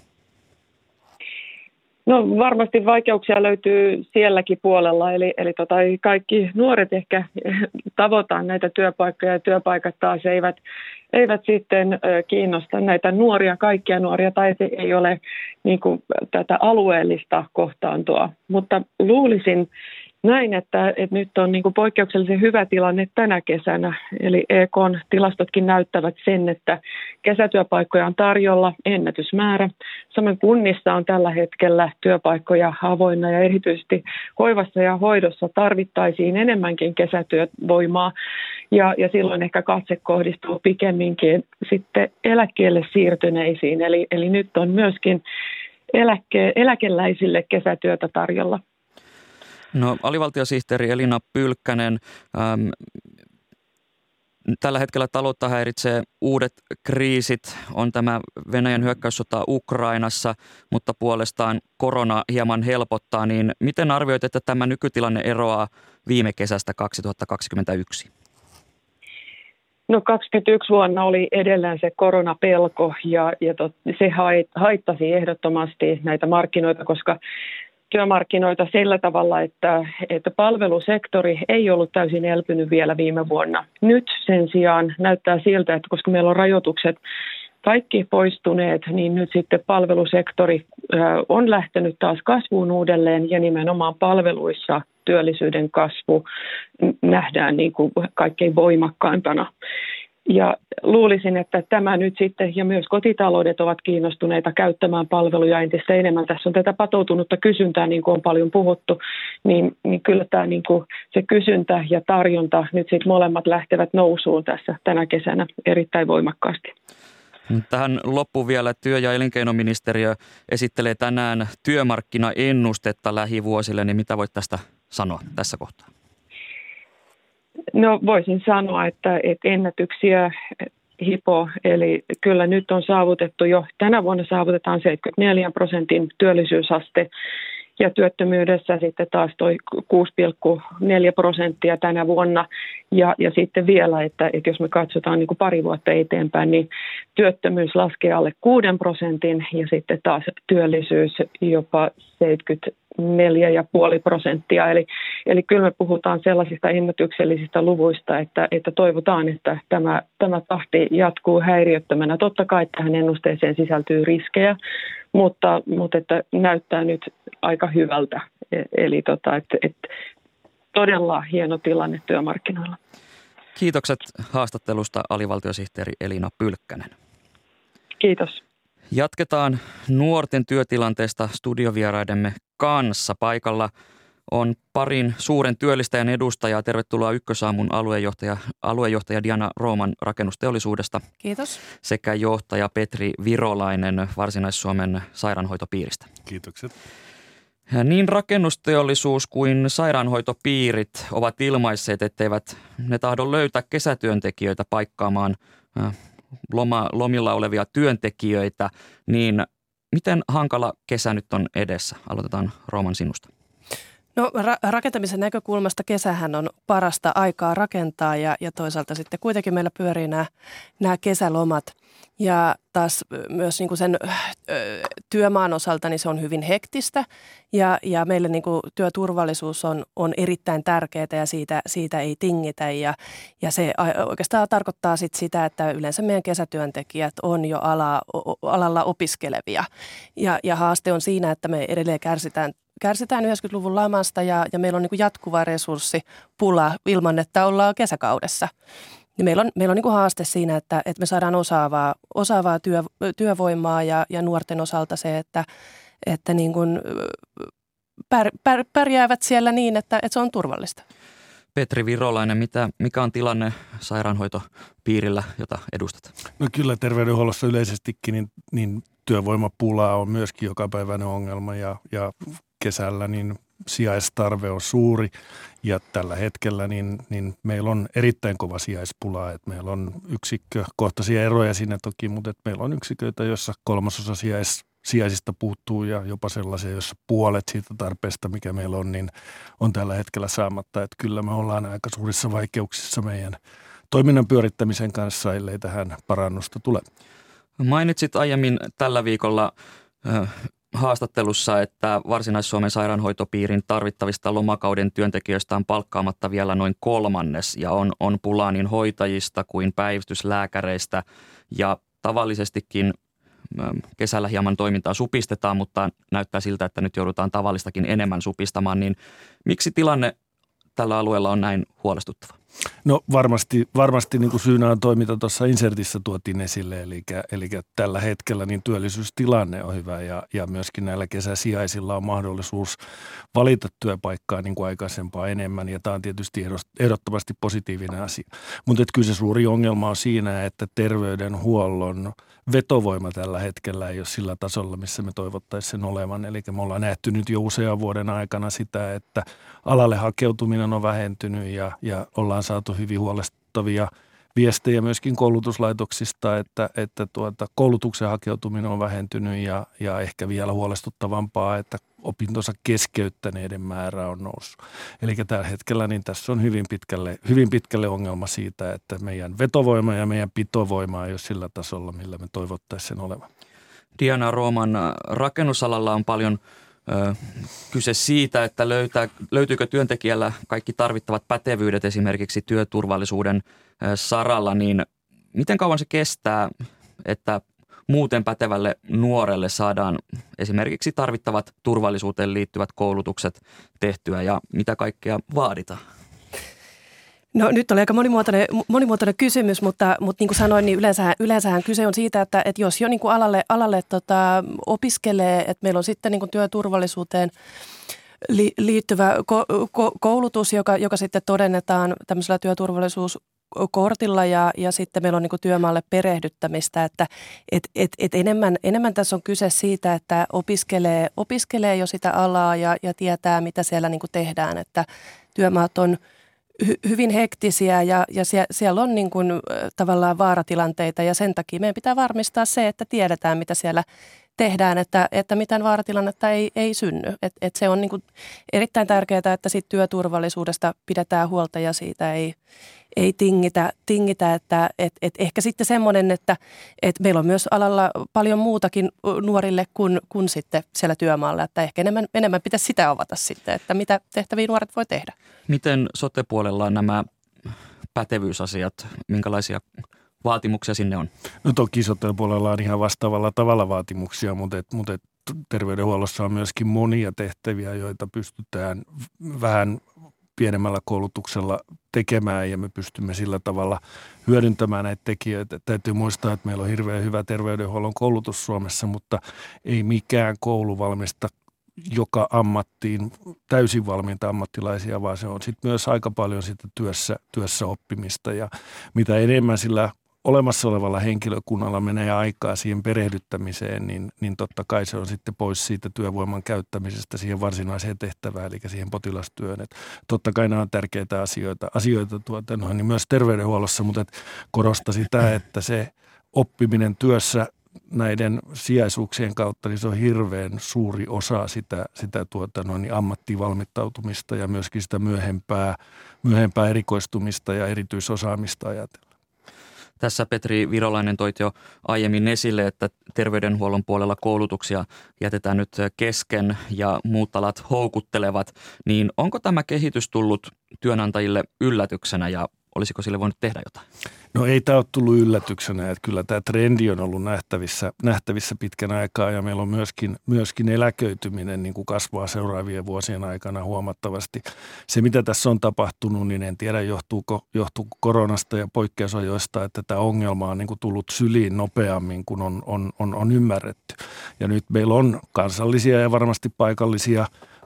No varmasti vaikeuksia löytyy sielläkin puolella, eli, eli tota, kaikki nuoret ehkä tavoitaan näitä työpaikkoja ja työpaikat taas eivät, eivät sitten kiinnosta näitä nuoria, kaikkia nuoria, tai se ei ole niin kuin, tätä alueellista kohtaantoa, mutta luulisin näin, että, että nyt on niin kuin poikkeuksellisen hyvä tilanne tänä kesänä, eli E K:n tilastotkin näyttävät sen, että kesätyöpaikkoja on tarjolla ennätysmäärä. Samoin kunnissa on tällä hetkellä työpaikkoja avoinna ja erityisesti hoivassa ja hoidossa tarvittaisiin enemmänkin kesätyövoimaa ja, ja silloin ehkä katse kohdistuu pikemminkin sitten eläkkeelle siirtyneisiin, eli, eli nyt on myöskin eläke, eläkeläisille kesätyötä tarjolla. No, alivaltiosihteeri Elina Pylkkänen, äm, tällä hetkellä taloutta häiritsee uudet kriisit, on tämä Venäjän hyökkäyssota Ukrainassa, mutta puolestaan korona hieman helpottaa, niin miten arvioit, että tämä nykytilanne eroaa viime kesästä kaksituhattakaksikymmentäyksi? No kaksikymmentäyksi vuonna oli edelleen se koronapelko ja, ja tot, se haittasi ehdottomasti näitä markkinoita, koska työmarkkinoita sillä tavalla, että, että palvelusektori ei ollut täysin elpynyt vielä viime vuonna. Nyt sen sijaan näyttää siltä, että koska meillä on rajoitukset kaikki poistuneet, niin nyt sitten palvelusektori on lähtenyt taas kasvuun uudelleen ja nimenomaan palveluissa työllisyyden kasvu nähdään niin kuin kaikkein voimakkaimpana. Ja luulisin, että tämä nyt sitten, ja myös kotitaloudet ovat kiinnostuneita käyttämään palveluja entistä enemmän. Tässä on tätä patoutunutta kysyntää, niin kuin on paljon puhuttu, niin, niin kyllä tämä niin kuin se kysyntä ja tarjonta, nyt sitten molemmat lähtevät nousuun tässä tänä kesänä erittäin voimakkaasti. Tähän loppuun vielä työ- ja elinkeinoministeriö esittelee tänään työmarkkinaennustetta lähivuosille, niin mitä voit tästä sanoa tässä kohtaa? No voisin sanoa, että, että ennätyksiä hipo, eli kyllä nyt on saavutettu jo, tänä vuonna saavutetaan seitsemänkymmentäneljä prosentin työllisyysaste ja työttömyydessä sitten taas toi kuusi pilkku neljä prosenttia tänä vuonna ja, ja sitten vielä, että, että jos me katsotaan niin kuin pari vuotta eteenpäin, niin työttömyys laskee alle kuuden prosentin ja sitten taas työllisyys jopa seitsemänkymmentäneljä pilkku viisi prosenttia. Eli, eli kyllä me puhutaan sellaisista ennätyksellisistä luvuista, että, että toivotaan, että tämä, tämä tahti jatkuu häiriöttömänä. Totta kai tähän ennusteeseen sisältyy riskejä, mutta, mutta että näyttää nyt aika hyvältä. Eli tota, että, että todella hieno tilanne työmarkkinoilla. Kiitokset haastattelusta alivaltiosihteeri Elina Pylkkänen. Kiitos. Jatketaan nuorten työtilanteesta studiovieraidemme kanssa. Paikalla on parin suuren työllistäjän edustajaa. Tervetuloa Ykkösaamun aluejohtaja, aluejohtaja Diana Rooman rakennusteollisuudesta. Kiitos. Sekä johtaja Petri Virolainen Varsinais-Suomen sairaanhoitopiiristä. Kiitokset. Niin rakennusteollisuus kuin sairaanhoitopiirit ovat ilmaisseet, etteivät ne tahdo löytää kesätyöntekijöitä paikkaamaan loma, lomilla olevia työntekijöitä. Niin miten hankala kesä nyt on edessä? Aloitetaan Rooman sinusta. No ra- rakentamisen näkökulmasta kesähän on parasta aikaa rakentaa ja, ja toisaalta sitten kuitenkin meillä pyörii nämä, nämä kesälomat. Ja taas myös niin kuin sen ö, työmaan osalta niin se on hyvin hektistä ja, ja meille niin kuin työturvallisuus on, on erittäin tärkeää ja siitä, siitä ei tingitä. Ja, ja se oikeastaan tarkoittaa sit sitä, että yleensä meidän kesätyöntekijät on jo ala, alalla opiskelevia. Ja, ja haaste on siinä, että me edelleen kärsitään Kärsitään yhdeksänkymmentäluvun lamasta ja, ja meillä on niin kuin jatkuva resurssipula ilman, että ollaan kesäkaudessa. Ja meillä on, meillä on niin kuin haaste siinä, että, että me saadaan osaavaa, osaavaa työ, työvoimaa ja, ja nuorten osalta se, että, että niin kuin pär, pär, pärjäävät siellä niin, että, että se on turvallista. Petri Virolainen, mitä, mikä on tilanne sairaanhoitopiirillä, jota edustat? No kyllä terveydenhuollossa yleisestikin niin, niin työvoimapulaa on myöskin jokapäiväinen ongelma ja, ja kesällä niin sijaistarve on suuri ja tällä hetkellä niin, niin meillä on erittäin kova sijaispula. Että meillä on yksikkökohtaisia eroja siinä toki, mutta että meillä on yksiköitä, joissa kolmasosa sijais, sijaisista puuttuu ja jopa sellaisia, joissa puolet siitä tarpeesta, mikä meillä on, niin on tällä hetkellä saamatta. Että kyllä me ollaan aika suurissa vaikeuksissa meidän toiminnan pyörittämisen kanssa, ellei tähän parannusta tule. Mainitsit aiemmin tällä viikolla äh, haastattelussa, että Varsinais-Suomen sairaanhoitopiirin tarvittavista lomakauden työntekijöistä on palkkaamatta vielä noin kolmannes ja on, on pulaa niin hoitajista kuin päivystyslääkäreistä ja tavallisestikin äh, kesällä hieman toimintaa supistetaan, mutta näyttää siltä, että nyt joudutaan tavallistakin enemmän supistamaan, niin miksi tilanne tällä alueella on näin huolestuttava? No varmasti, varmasti niin kuin syynä on toiminta tuossa insertissä tuotiin esille, eli, eli tällä hetkellä niin työllisyystilanne on hyvä ja, ja myöskin näillä kesäsijaisilla on mahdollisuus valita työpaikkaa niin kuin aikaisempaa enemmän ja tämä on tietysti ehdottomasti positiivinen asia. Mutta kyllä se suuri ongelma on siinä, että terveydenhuollon vetovoima tällä hetkellä ei ole sillä tasolla, missä me toivottaisiin sen olevan. Eli me ollaan nähty nyt jo usean vuoden aikana sitä, että alalle hakeutuminen on vähentynyt ja, ja ollaan saatu hyvin huolestuttavia viestejä myöskin koulutuslaitoksista, että, että tuota, koulutuksen hakeutuminen on vähentynyt ja, ja ehkä vielä huolestuttavampaa, että opintonsa keskeyttäneiden määrä on noussut. Eli tällä hetkellä niin tässä on hyvin pitkälle, hyvin pitkälle ongelma siitä, että meidän vetovoima ja meidän pitovoima ei ole sillä tasolla, millä me toivottaisiin sen olevan. Diana Rooman, rakennusalalla on paljon ö, kyse siitä, että löytää, löytyykö työntekijällä kaikki tarvittavat pätevyydet esimerkiksi työturvallisuuden ö, saralla, niin miten kauan se kestää, että muuten pätevälle nuorelle saadaan esimerkiksi tarvittavat turvallisuuteen liittyvät koulutukset tehtyä ja mitä kaikkea vaaditaan? No nyt oli aika monimuotoinen, monimuotoinen kysymys, mutta, mutta niin kuin sanoin, niin yleensähän, yleensähän kyse on siitä, että, että jos jo niin kuin alalle, alalle tota, opiskelee, että meillä on sitten niin kuin työturvallisuuteen li, liittyvä ko, ko, koulutus, joka, joka sitten todennetaan tämmöisellä työturvallisuus kortilla ja, ja sitten meillä on niin kuin työmaalle perehdyttämistä, että et, et, et enemmän, enemmän tässä on kyse siitä, että opiskelee, opiskelee jo sitä alaa ja, ja tietää, mitä siellä niin kuin tehdään, että työmaat on hy, hyvin hektisiä ja, ja sie, siellä on niin kuin, tavallaan vaaratilanteita ja sen takia meidän pitää varmistaa se, että tiedetään, mitä siellä tehdään, että, että mitään vaaratilannetta ei, ei synny. Et, et se on niin kuin erittäin tärkeää, että sit työturvallisuudesta pidetään huolta ja siitä ei, ei tingitä, tingitä että et, et ehkä sitten semmoinen, että et meillä on myös alalla paljon muutakin nuorille kuin, kuin sitten siellä työmaalla, että ehkä enemmän, enemmän pitäisi sitä avata sitten, että mitä tehtäviä nuoret voi tehdä. Miten sote-puolella on nämä pätevyysasiat, minkälaisia vaatimuksia sinne on? No toki sote-puolella on ihan vastaavalla tavalla vaatimuksia, mutta, et, mutta et terveydenhuollossa on myöskin monia tehtäviä, joita pystytään vähän pienemmällä koulutuksella tekemään ja me pystymme sillä tavalla hyödyntämään näitä tekijöitä. Täytyy muistaa, että meillä on hirveän hyvä terveydenhuollon koulutus Suomessa, mutta ei mikään koulu valmista joka ammattiin täysin valmiita ammattilaisia, vaan se on sitten myös aika paljon sitä työssä, työssä oppimista ja mitä enemmän sillä olemassa olevalla henkilökunnalla menee aikaa siihen perehdyttämiseen, niin, niin totta kai se on sitten pois siitä työvoiman käyttämisestä siihen varsinaiseen tehtävään, eli siihen potilastyöhön. Et totta kai nämä on tärkeitä asioita, asioita tuota, no, niin myös terveydenhuollossa, mutta et korosta sitä, että se oppiminen työssä näiden sijaisuuksien kautta, niin se on hirveän suuri osa sitä, sitä tuota, no, niin ammattivalmittautumista ja myöskin sitä myöhempää, myöhempää erikoistumista ja erityisosaamista ajatellen. Tässä Petri Virolainen toit jo aiemmin esille, että terveydenhuollon puolella koulutuksia jätetään nyt kesken ja muut alat houkuttelevat. Niin onko tämä kehitys tullut työnantajille yllätyksenä ja olisiko sille voinut tehdä jotain? No ei tämä ole tullut yllätyksenä, että kyllä tämä trendi on ollut nähtävissä, nähtävissä pitkän aikaa ja meillä on myöskin, myöskin eläköityminen niin kuin kasvaa seuraavien vuosien aikana huomattavasti. Se mitä tässä on tapahtunut, niin en tiedä johtuuko, johtuuko koronasta ja poikkeusajoista, että tämä ongelma on niin kuin tullut syliin nopeammin kuin on, on, on, on ymmärretty. Ja nyt meillä on kansallisia ja varmasti paikallisia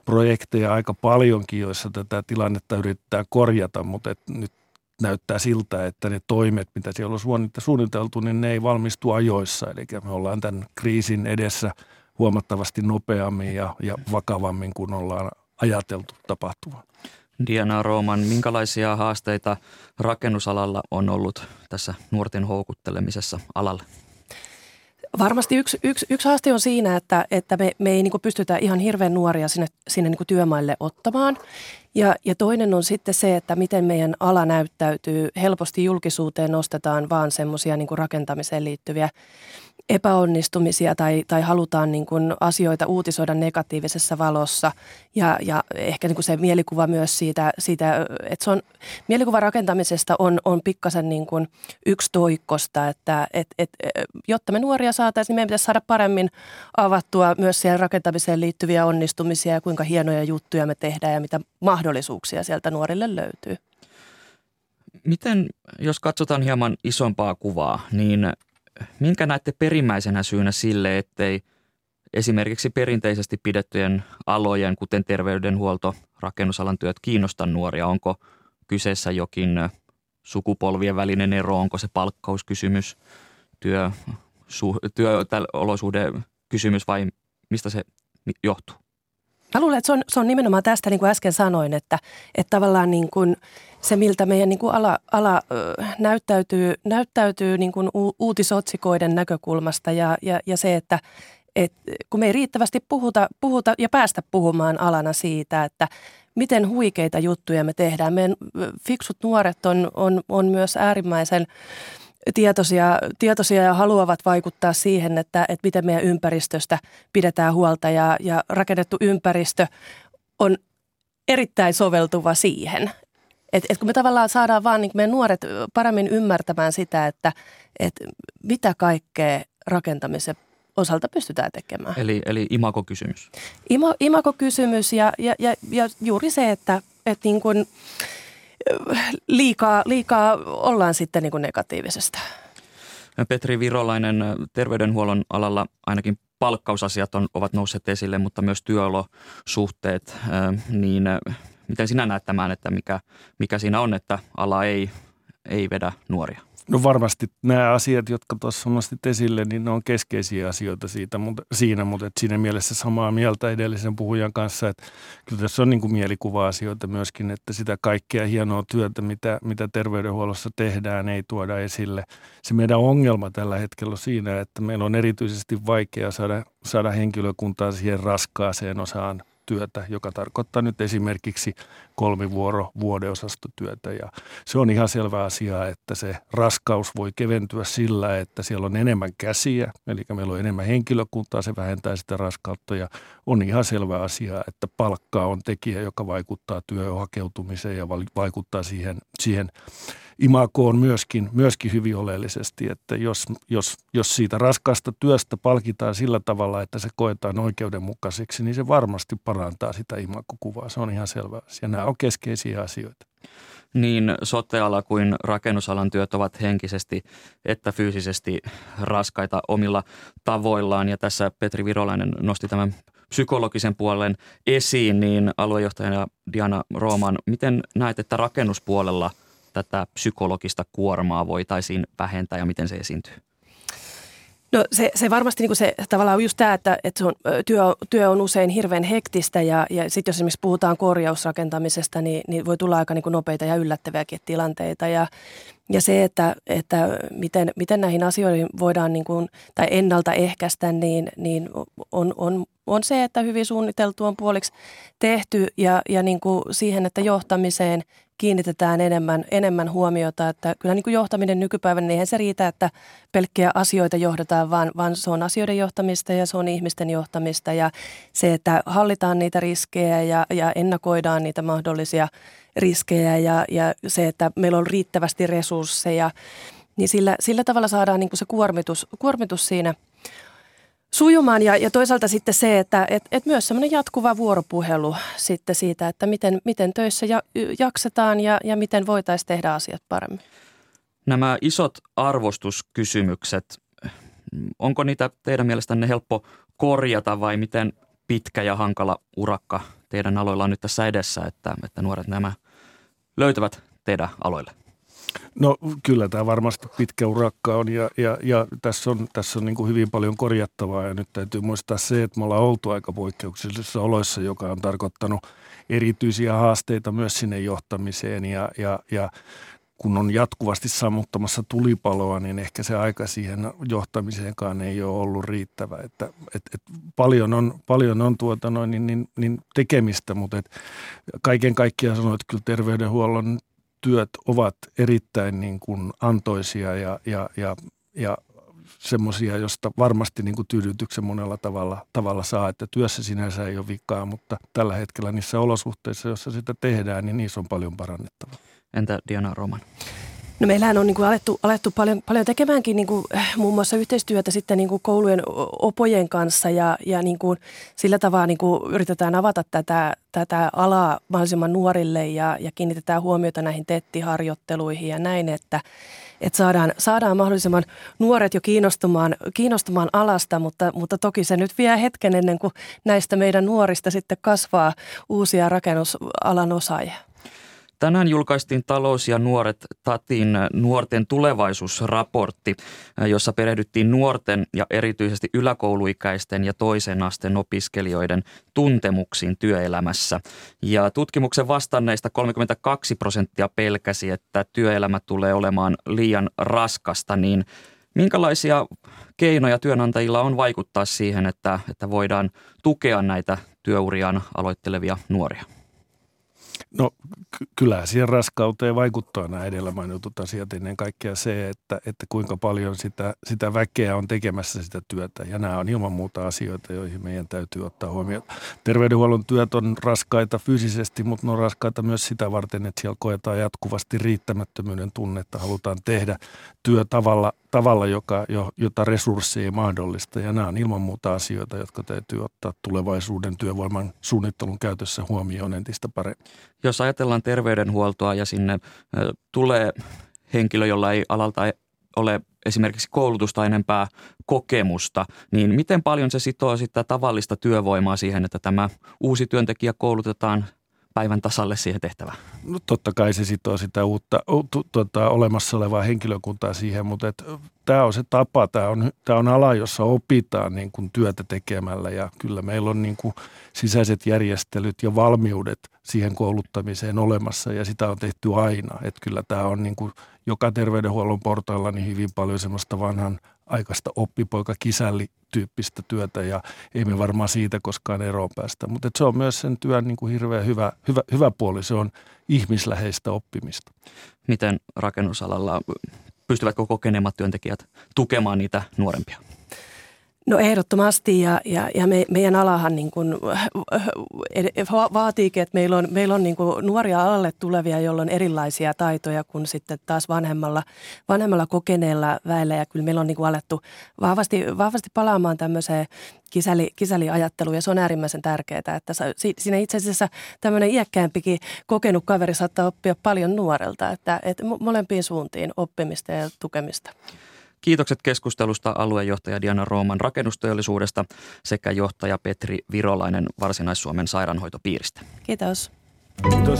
projekteja aika paljonkin, joissa tätä tilannetta yritetään korjata, mutta et nyt näyttää siltä, että ne toimet, mitä siellä on suunniteltu, niin ne ei valmistu ajoissa. Eli me ollaan tämän kriisin edessä huomattavasti nopeammin ja, ja vakavammin kuin ollaan ajateltu tapahtuvan. Diana Rooman, minkälaisia haasteita rakennusalalla on ollut tässä nuorten houkuttelemisessa alalle? Varmasti yksi, yksi, yksi haaste on siinä, että, että me, me ei niin kuin pystytä ihan hirveän nuoria sinne, sinne niin kuin työmaille ottamaan. Ja, ja toinen on sitten se, että miten meidän ala näyttäytyy. Helposti julkisuuteen nostetaan vaan semmoisia niin kuin rakentamiseen liittyviä epäonnistumisia tai, tai halutaan niin kuin asioita uutisoida negatiivisessa valossa. Ja, ja ehkä niin kuin se mielikuva myös siitä, siitä että se on, mielikuva rakentamisesta on, on pikkasen niin kuin yksitoikkoista, että et, et, jotta me nuoria saataisiin, niin meidän pitäisi saada paremmin avattua myös siihen rakentamiseen liittyviä onnistumisia ja kuinka hienoja juttuja me tehdään ja mitä mahdollisuuksia sieltä nuorille löytyy. Miten, jos katsotaan hieman isompaa kuvaa, niin minkä näette perimmäisenä syynä sille, ettei esimerkiksi perinteisesti pidettyjen alojen, kuten terveydenhuolto, rakennusalan työt kiinnosta nuoria? Onko kyseessä jokin sukupolvien välinen ero, onko se palkkauskysymys, työ, su, työolosuhde kysymys vai mistä se johtuu? Mä luulen, että se on, se on nimenomaan tästä, niin kuin äsken sanoin, että, että tavallaan niin kuin se, miltä meidän niin kuin ala, ala ö, näyttäytyy, näyttäytyy niin kuin u, uutisotsikoiden näkökulmasta ja, ja, ja se, että et, kun me ei riittävästi puhuta, puhuta ja päästä puhumaan alana siitä, että miten huikeita juttuja me tehdään. Meidän fiksut nuoret on, on, on myös äärimmäisen tietoisia, tietoisia ja haluavat vaikuttaa siihen, että, että miten meidän ympäristöstä pidetään huolta ja, ja rakennettu ympäristö on erittäin soveltuva siihen. Et, et kun me tavallaan saadaan vaan niin meidän nuoret paremmin ymmärtämään sitä, että et mitä kaikkea rakentamisen osalta pystytään tekemään. Eli, eli imago-kysymys. Ima, imago-kysymys ja, ja, ja, ja juuri se, että et niin kuin liikaa, liikaa ollaan sitten niin kuin negatiivisesta. Petri Virolainen, terveydenhuollon alalla ainakin palkkausasiat on, ovat nousseet esille, mutta myös työolosuhteet, niin miten sinä näet tämän, että mikä, mikä siinä on, että ala ei, ei vedä nuoria? No varmasti nämä asiat, jotka tuossa nostit esille, niin ne on keskeisiä asioita siitä, mutta, siinä, mutta et siinä mielessä samaa mieltä edellisen puhujan kanssa, että kyllä tässä on niin kuin mielikuva-asioita myöskin, että sitä kaikkea hienoa työtä, mitä, mitä terveydenhuollossa tehdään, ei tuoda esille. Se meidän ongelma tällä hetkellä on siinä, että meillä on erityisesti vaikea saada, saada henkilökuntaa siihen raskaaseen osaan työtä, joka tarkoittaa nyt esimerkiksi kolmivuoro vuodeosastotyötä. Ja se on ihan selvä asia, että se raskaus voi keventyä sillä, että siellä on enemmän käsiä, eli meillä on enemmän henkilökuntaa, se vähentää sitä raskautta. Ja on ihan selvä asia, että palkka on tekijä, joka vaikuttaa työhön hakeutumiseen ja vaikuttaa siihen, siihen imagoon myöskin, myöskin hyvin oleellisesti, että jos, jos, jos siitä raskaasta työstä palkitaan sillä tavalla, että se koetaan oikeudenmukaiseksi, niin se varmasti parantaa sitä imagokuvaa. Se on ihan selvä asia. Nämä on keskeisiä asioita. Niin sote-ala kuin rakennusalan työt ovat henkisesti että fyysisesti raskaita omilla tavoillaan. Ja tässä Petri Virolainen nosti tämän psykologisen puolen esiin, niin aluejohtajana Diana Rooman, miten näet, että rakennuspuolella tätä psykologista kuormaa voitaisiin vähentää ja miten se esiintyy? No se, se varmasti niin kuin se tavallaan on just tämä, että, että se on, työ, työ on usein hirveän hektistä ja, ja sitten jos esimerkiksi puhutaan korjausrakentamisesta, niin, niin voi tulla aika niin kuin nopeita ja yllättäviäkin tilanteita ja, ja se, että, että miten, miten näihin asioihin voidaan niin kuin, tai ennaltaehkäistä, niin, niin on, on, on se, että hyvin suunniteltu on puoliksi tehty ja, ja niin kuin siihen, että johtamiseen kiinnitetään enemmän, enemmän huomiota, että kyllä niin kuin johtaminen nykypäivänä, niin eihän se riitä, että pelkkiä asioita johdetaan, vaan, vaan se on asioiden johtamista ja se on ihmisten johtamista ja se, että hallitaan niitä riskejä ja, ja ennakoidaan niitä mahdollisia riskejä ja, ja se, että meillä on riittävästi resursseja, niin sillä, sillä tavalla saadaan niin kuin se kuormitus, kuormitus siinä sujumaan ja, ja toisaalta sitten se, että et, et myös semmoinen jatkuva vuoropuhelu sitten siitä, että miten, miten töissä ja, jaksetaan ja, ja miten voitaisiin tehdä asiat paremmin. Nämä isot arvostuskysymykset, onko niitä teidän mielestänne helppo korjata vai miten pitkä ja hankala urakka teidän aloilla on nyt tässä edessä, että, että nuoret nämä löytävät teidän aloille? No kyllä tämä varmasti pitkä urakka on ja, ja, ja tässä on, tässä on niin kuin hyvin paljon korjattavaa ja nyt täytyy muistaa se, että me ollaan oltu aika poikkeuksellisissa oloissa, joka on tarkoittanut erityisiä haasteita myös sinne johtamiseen ja, ja, ja kun on jatkuvasti sammuttamassa tulipaloa, niin ehkä se aika siihen johtamiseenkaan ei ole ollut riittävä. Että, et, et paljon on, paljon on tuota noin, niin, niin, niin tekemistä, mutta et kaiken kaikkiaan sanoin, että kyllä terveydenhuollon työt ovat erittäin niin kuin antoisia ja, ja, ja, ja semmoisia, josta varmasti niin kuin tyydytyksen monella tavalla, tavalla saa, että työssä sinänsä ei ole vikaa, mutta tällä hetkellä niissä olosuhteissa, joissa sitä tehdään, niin niissä on paljon parannettavaa. Entä Diana Roman? No meillähän on niin kuin alettu, alettu paljon, paljon tekemäänkin niin kuin, muun muassa yhteistyötä sitten niin kuin koulujen opojen kanssa ja, ja niin kuin sillä tavalla niin kuin yritetään avata tätä, tätä alaa mahdollisimman nuorille ja, ja kiinnitetään huomiota näihin tettiharjoitteluihin ja näin, että, että saadaan, saadaan mahdollisimman nuoret jo kiinnostumaan, kiinnostumaan alasta, mutta, mutta toki se nyt vie hetken ennen kuin näistä meidän nuorista sitten kasvaa uusia rakennusalan osaajia. Tänään julkaistiin Talous ja nuoret Tatin nuorten tulevaisuusraportti, jossa perehdyttiin nuorten ja erityisesti yläkouluikäisten ja toisen asteen opiskelijoiden tuntemuksiin työelämässä. Ja tutkimuksen vastanneista kolmekymmentäkaksi prosenttia pelkäsi, että työelämä tulee olemaan liian raskasta, niin minkälaisia keinoja työnantajilla on vaikuttaa siihen, että, että voidaan tukea näitä työuriaan aloittelevia nuoria? No ky- kyllä siihen raskauteen vaikuttaa nämä edellä mainitut asiat, ennen kaikkea se, että, että kuinka paljon sitä, sitä väkeä on tekemässä sitä työtä. Ja nämä on ilman muuta asioita, joihin meidän täytyy ottaa huomioon. Terveydenhuollon työt on raskaita fyysisesti, mutta ne on raskaita myös sitä varten, että siellä koetaan jatkuvasti riittämättömyyden tunnetta. Halutaan tehdä työ tavalla, tavalla joka, jota resurssi ei mahdollista. Ja nämä on ilman muuta asioita, jotka täytyy ottaa tulevaisuuden työvoiman suunnittelun käytössä huomioon entistä paremmin. Jos ajatellaan terveydenhuoltoa ja sinne tulee henkilö, jolla ei alalta ole esimerkiksi koulutusta enempää kokemusta, niin miten paljon se sitoo sitä tavallista työvoimaa siihen, että tämä uusi työntekijä koulutetaan päivän tasalle siihen tehtävään? No totta kai se sitoo sitä uutta tuota, olemassa olevaa henkilökuntaa siihen, mutta et, tämä on se tapa, tämä on, tämä on ala, jossa opitaan niin kuin työtä tekemällä ja kyllä meillä on niin kuin sisäiset järjestelyt ja valmiudet siihen kouluttamiseen olemassa ja sitä on tehty aina. Että kyllä tämä on niin kuin joka terveydenhuollon portailla niin hyvin paljon semmoista vanhan aikaista oppipoika-kisälli-tyyppistä työtä ja ei me varmaan siitä koskaan eroon päästä. Mutta se on myös sen työn niin kuin hirveän hyvä, hyvä, hyvä puoli, se on ihmisläheistä oppimista. Miten rakennusalalla, pystyvätkö kokeneemmat työntekijät tukemaan niitä nuorempia? No ehdottomasti ja, ja, ja me, meidän alahan niin kuin vaatiikin, että meillä on, meillä on niin kuin nuoria alalle tulevia, joilla on erilaisia taitoja kuin sitten taas vanhemmalla, vanhemmalla kokeneella väellä. Ja kyllä meillä on niin kuin alettu vahvasti, vahvasti palaamaan tämmöiseen kisäli, kisäliajatteluun ja se on äärimmäisen tärkeää, että siinä itse asiassa tämmöinen iäkkäämpikin kokenut kaveri saattaa oppia paljon nuorelta, että, että molempiin suuntiin oppimista ja tukemista. Kiitokset keskustelusta aluejohtaja Diana Roman rakennusteollisuudesta sekä johtaja Petri Virolainen Varsinais-Suomen sairaanhoitopiiristä. Kiitos. Kiitos.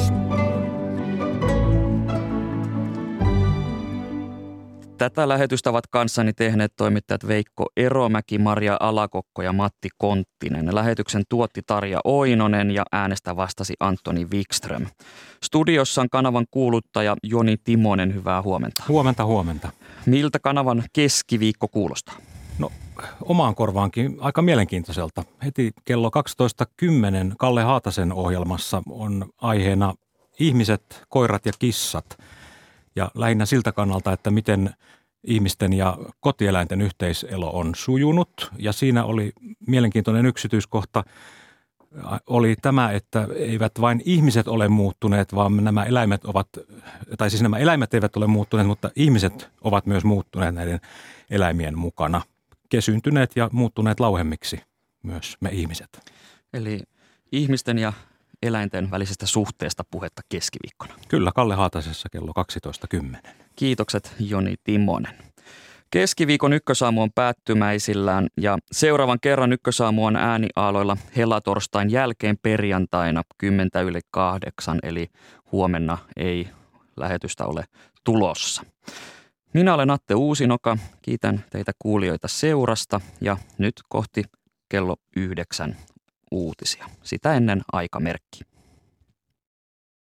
Tätä lähetystä ovat kanssani tehneet toimittajat Veikko Eromäki, Maria Alakokko ja Matti Konttinen. Lähetyksen tuotti Tarja Oinonen ja äänestä vastasi Antoni Wikström. Studiossa on kanavan kuuluttaja Joni Timonen, hyvää huomenta. Huomenta, huomenta. Miltä kanavan keskiviikko kuulostaa? No omaan korvaankin aika mielenkiintoiselta. Heti kello kaksitoista kymmenen Kalle Haatasen ohjelmassa on aiheena ihmiset, koirat ja kissat. Ja lähinnä siltä kannalta, että miten ihmisten ja kotieläinten yhteiselo on sujunut. Ja siinä oli mielenkiintoinen yksityiskohta, oli tämä, että eivät vain ihmiset ole muuttuneet, vaan nämä eläimet ovat, tai siis nämä eläimet eivät ole muuttuneet, mutta ihmiset ovat myös muuttuneet näiden eläimien mukana. Kesyntyneet ja muuttuneet lauhemmiksi myös me ihmiset. Eli ihmisten ja eläinten välisestä suhteesta puhetta keskiviikkona. Kyllä, Kalle Haatasessa kello kaksitoista kymmenen. Kiitokset Joni Timonen. Keskiviikon Ykkösaamu on päättymäisillään ja seuraavan kerran Ykkösaamu on ääniaaloilla helatorstain jälkeen perjantaina kymmentä yli kahdeksan, eli huomenna ei lähetystä ole tulossa. Minä olen Atte Uusinoka, kiitän teitä kuulijoita seurasta ja nyt kohti kello yhdeksän uutisia. Sitä ennen aikamerkki.